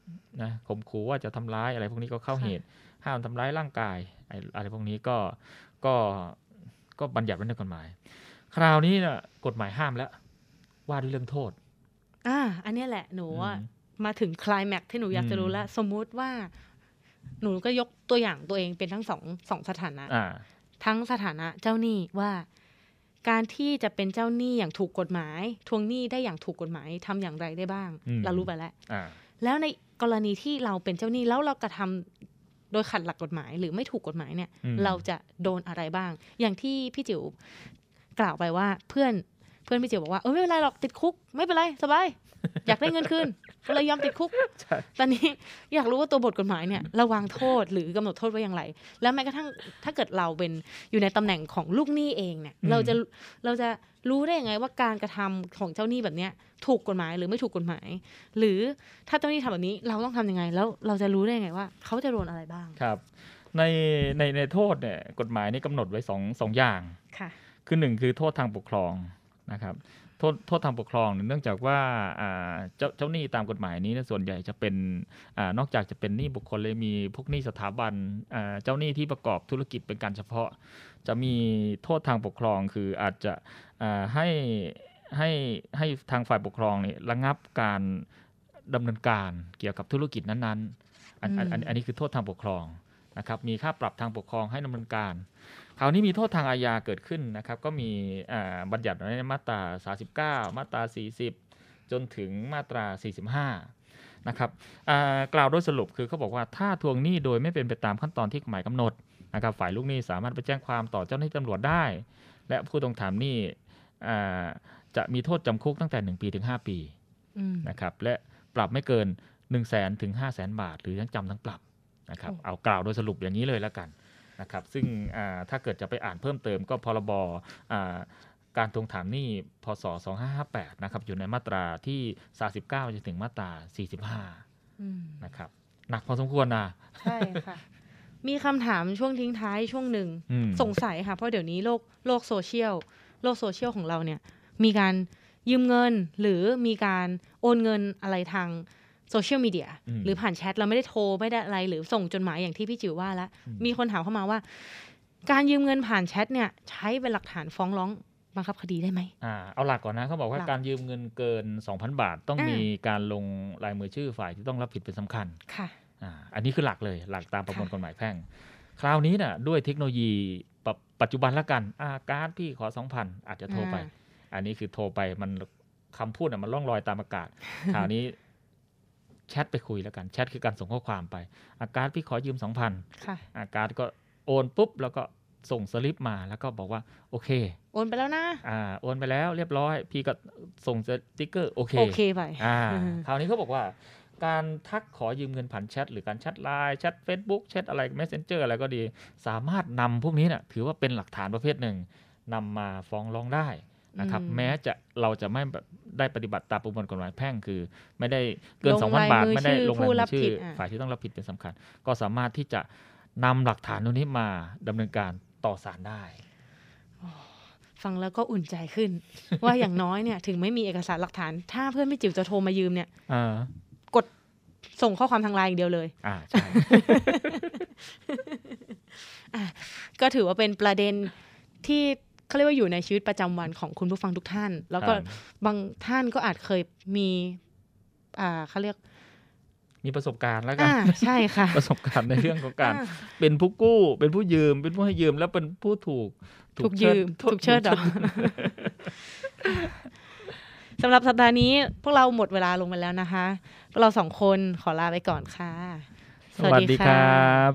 นะข่มขู่ว่าจะทำร้ายอะไรพวกนี้ก็เข้าเหตุห้ามทำร้ายร่างกายอะไรพวกนี้ก็บัญญัติไว้ในกฎหมายคราวนี้นะกฎหมายห้ามแล้วว่าด้วยเรื่องโทษอันนี้แหละหนูมาถึงไคลแม็กซ์ที่หนูอยากจะรู้แล้วสมมุติว่าหนูก็ยกตัวอย่างตัวเองเป็นทั้งสองสถานะทั้งสถานะเจ้าหนี้ว่าการที่จะเป็นเจ้าหนี้อย่างถูกกฎหมายทวงหนี้ได้อย่างถูกกฎหมายทำอย่างไรได้บ้างเรารู้ไปแล้วแล้วในกรณีที่เราเป็นเจ้าหนี้แล้วเรากระทำโดยขัดหลักกฎหมายหรือไม่ถูกกฎหมายเนี่ยเราจะโดนอะไรบ้างอย่างที่พี่จิ๋วกล่าวไปว่าเพื่อนพี่จิ๋วบอกว่าไม่เป็นไรหรอกติดคุกไม่เป็นไรสบายอยากได้เงินคืนก็เลยยอมติดคุกตอนนี้อยากรู้ว่าตัวบทกฎหมายเนี่ยระวางโทษหรือกำหนดโทษไว้อย่างไรแล้วแม้กระทั่งถ้าเกิดเราเป็นอยู่ในตำแหน่งของลูกหนี้เองเนี่ยเราจะรู้ได้ยังไงว่าการกระทำของเจ้าหนี้แบบเนี้ยถูกกฎหมายหรือไม่ถูกกฎหมายหรือถ้าเจ้าหนี้ทำแบบนี้เราต้องทำยังไงแล้วเราจะรู้ได้ยังไงว่าเขาจะโดนอะไรบ้างครับในโทษเนี่ยกฎหมายนี่กำหนดไว้สองอย่างค่ะคือ1คือโทษทางปกครองนะครับโทษทางปกครองเนื่องจากว่าเจ้าหนี้ตามกฎหมายนี้ส่วนใหญ่จะเป็นนอกจากจะเป็นหนี้บุคคลเลยมีพวกหนี้สถาบันเจ้าหนี้ที่ประกอบธุรกิจเป็นการเฉพาะจะมีโทษทางปกครองคืออาจจะให้ทางฝ่ายปกครองนี่ระงับการดำเนินการเกี่ยวกับธุรกิจนั้นๆอันนี้คือโทษทางปกครองนะครับมีค่าปรับทางปกครองให้ดำเนินการคราวนี้มีโทษทางอาญาเกิดขึ้นนะครับก็มีบัญญัติในมาตรา39มาตรา40จนถึงมาตรา45นะครับกล่าวโดยสรุปคือเขาบอกว่าถ้าทวงหนี้โดยไม่เป็นไปตามขั้นตอนที่กฎหมายกำหนดนะครับฝ่ายลูกหนี้สามารถไปแจ้งความต่อเจ้าหน้าที่ตำรวจได้และผู้ต้องถามหนี้จะมีโทษจำคุกตั้งแต่1ปีถึง5ปีนะครับและปรับไม่เกิน 100,000 ถึง 500,000 บาทหรือทั้งจำทั้งปรับนะครับเอากล่าวโดยสรุปอย่างนี้เลยแล้วกันนะครับซึ่งถ้าเกิดจะไปอ่านเพิ่มเติมก็พรบการทวงถามหนี้พ.ศ. 2558นะครับอยู่ในมาตราที่39จนถึงมาตรา45นะครับหนักพอสมควรนะใช่ค่ะมีคำถามช่วงทิ้งท้ายช่วงหนึ่งสงสัยค่ะเพราะเดี๋ยวนี้โลกโซเชียลของเราเนี่ยมีการยืมเงินหรือมีการโอนเงินอะไรทางโซเชียลมีเดียหรือผ่านแชทเราไม่ได้โทรไม่ได้อะไรหรือส่งจดหมายอย่างที่พี่จิ๋วว่าแล้วมีคนถามเข้ามาว่าการยืมเงินผ่านแชทเนี่ยใช้เป็นหลักฐานฟ้องร้องบังคับคดีได้ไหมเอาหลักก่อนนะเขาบอกว่าการยืมเงินเกิน 2,000 บาทต้องมีการลงลายมือชื่อฝ่ายที่ต้องรับผิดเป็นสำคัญค่ะอันนี้คือหลักเลยหลักตามประมวลกฎหมายแพ่งคราวนี้น่ะด้วยเทคโนโลยีปัจจุบันละกันการ์ดพี่ขอ 2,000 อาจจะโทรไปอันนี้คือโทรไปมันคำพูดมันล่องลอยตามอากาศคราวนี้แชทไปคุยแล้วกันแชทคือการส่งข้อความไปการ์ดพี่ขอยืม 2,000 ค่ะการ์ดก็โอนปุ๊บแล้วก็ส่งสลิปมาแล้วก็บอกว่าโอเคโอนไปแล้วนะโอนไปแล้วเรียบร้อยพี่ก็ส่งสติ๊กเกอร์โอเคไปคราวนี้เขาบอกว่าการทักขอยืมเงินผ่านแชทหรือการแชทไลน์แชท Facebook แชทอะไร Messenger อะไรก็ดีสามารถนำพวกนี้นะถือว่าเป็นหลักฐานประเภทหนึ่งนำมาฟ้องร้องได้นะครับแม้เราจะไม่ได้ปฏิบัติตามประมวลกฎหมายแพ่งคือไม่ได้เกิน 2,000 บาทไม่ได้ลงรายมือชื่อฝ่ายที่ต้องรับผิดเป็นสำคัญก็สามารถที่จะนำหลักฐานตรงนี้มาดำเนินการต่อศาลได้ฟังแล้วก็อุ่นใจขึ้น ว่าอย่างน้อยเนี่ยถึงไม่มีเอกสารหลักฐานถ้าเพื่อนไม่จิ๋วจะโทรมายืมเนี่ยกดส่งข้อความทางไลน์อย่างเดียวเลยใช่ก็ถือว่าเป็นประเด็นที่เขาเรียกว่าอยู่ในชีวิตประจำวันของคุณผู้ฟังทุกท่านแล้วก็บางท่านก็อาจเคยมีเขาเรียกมีประสบการณ์แล้วกันใช่ค่ะประสบการณ์ในเรื่องของการเป็นผู้กู้เป็นผู้ยืมเป็นผู้ให้ยืมแล้วเป็นผู้ถูกยืมถูกเชิดหรอสำหรับสัปดาห์นี้พวกเราหมดเวลาลงไปแล้วนะคะพวกเรา2คนขอลาไปก่อนค่ะสวัสดีครับ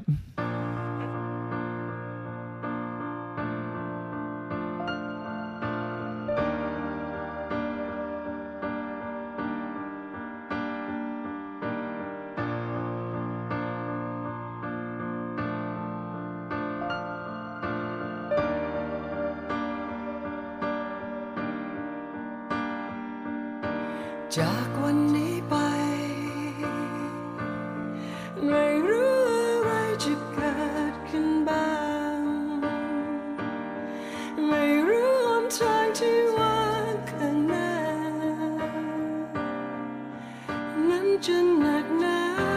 จากวันนี้ไปไม่รู้อะไรจะเกิดขึ้นบ้างไม่รู้หนทางที่ว่างข้างหน้านั้นจะหนักหนา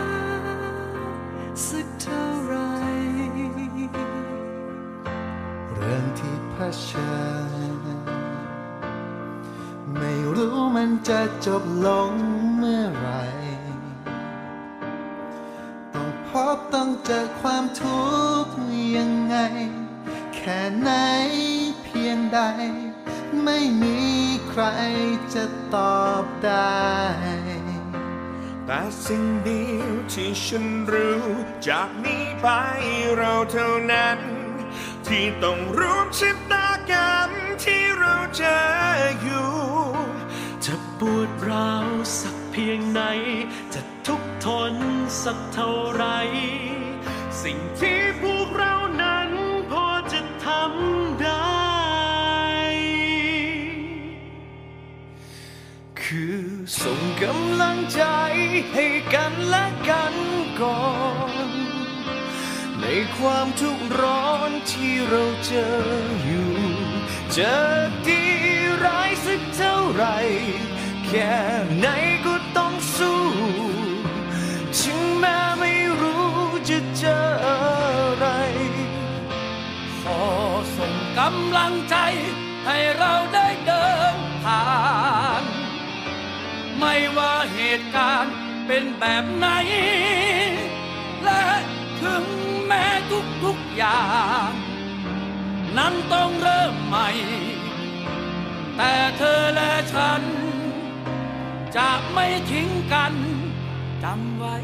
ไม่รู้มันจะจบลงเมื่อไหร่ต้องพบต้องเจอความทุกข์ยังไงแค่ไหนเพียงใดไม่มีใครจะตอบได้แต่สิ่งเดียวที่ฉันรู้จากนี้ไปเราเท่านั้นที่ต้องร่วมชะตากรรมที่เราเจออยู่จะปวดร้าวสักเพียงไหนจะทุกข์ทนสักเท่าไรสิ่งที่พวกเรานั้นพอจะทำได้คือส่งกำลังใจให้กันและกันก่อนในความทุกข์ร้อนที่เราเจออยู่จะดีร้ายสักเท่าไรแค่ไหนก็ต้องสู้ถึงแม้ไม่รู้จะเจออะไรขอส่งกำลังใจให้เราได้เดินทางไม่ว่าเหตุการณ์เป็นแบบไหนและถึงแม้ทุกอย่างนั้นต้องเริ่มใหม่แต่เธอและฉันจะไม่ทิ้งกันจำไว้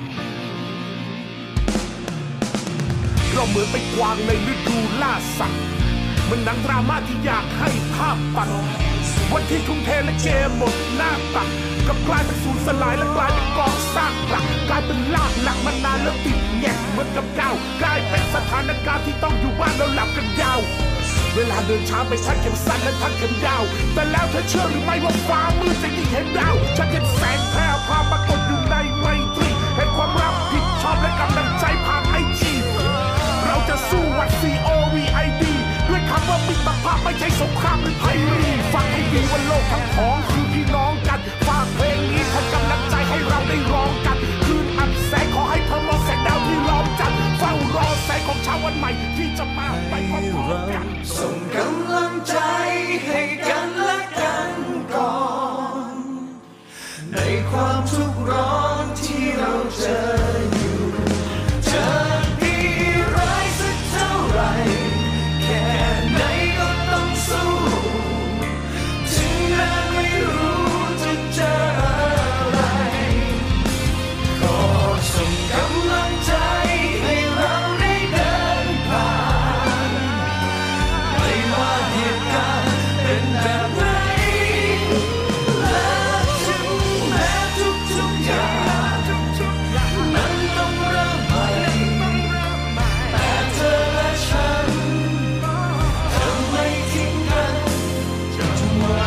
เราเหมือนไปกวางในฤดูล่าสัตว์มันหนังดราม่าที่อยากให้ภาพปัดวันที่ทุ่มเทและเกมหมดหน้าตักก็กลายเป็นสูญสลายและกลายเป็นกองซากปรักกลายเป็นลากหลักมานานแล้วติดแงกเหมือนกับก้าวกลายเป็นสถานการณ์ที่ต้องอยู่บ้านแล้วหลับกันยาวเวลาเดินช้าไปทั้งเข็มสั้นและทั้งเข็มยาวแต่แล้วเธอเชื่อหรือไม่ว่าฟ้ามืดจะยิ่งเห็นดาวฉันเห็นแสงแพร่พาปรากฏอยู่ในไมตรีเห็นความรับผิดชอบและกำลังใจผ่านIGเราจะสู้วัด COVID ด้วยคำว่ามิตรภาพไม่ใช่สงครามหรือภัยรีฟังให้ดีว่าโลกทั้งของคือพี่น้องกันฝากเพลงนี้ให้กำลังใจให้เราได้ร้องกันคืนอับแสงขอให้เธอมองแสงดาวที่ล้อมจันทร์เฝ้ารอแสงของเช้าวันใหม่ที่จะมาไปพร้อมๆกันส่งกำลังใจให้กันและกันก่อนในความทุกข์ร้อนที่เราเจออยู่จะดีร้ายสักเท่าไรแค่ไหนก็ต้องสู้ถึงแม้ไม่รู้จะเจออะไรขอส่งกำลังใจให้เราได้เดินผ่านไม่ว่าเหตุการณ์เป็นแบบไหนและถึงแม้ทุกอย่างนั้นต้องเริ่มใหม่แต่เธอและฉันจะไม่ทิ้งกันจำไว้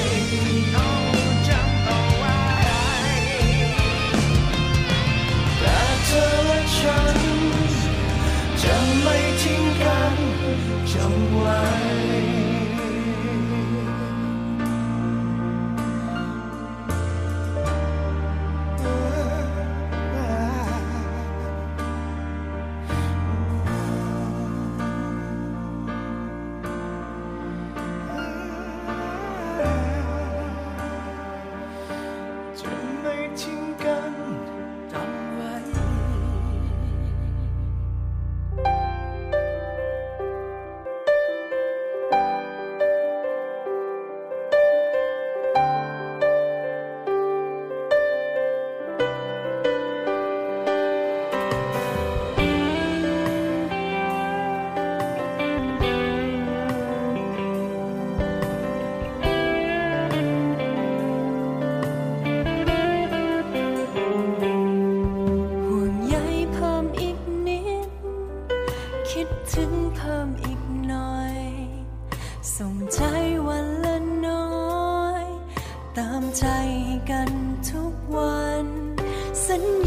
แต่เธอและฉันจะไม่ทิ้งกันจำไว้ตามใจกันทุกวันสัญ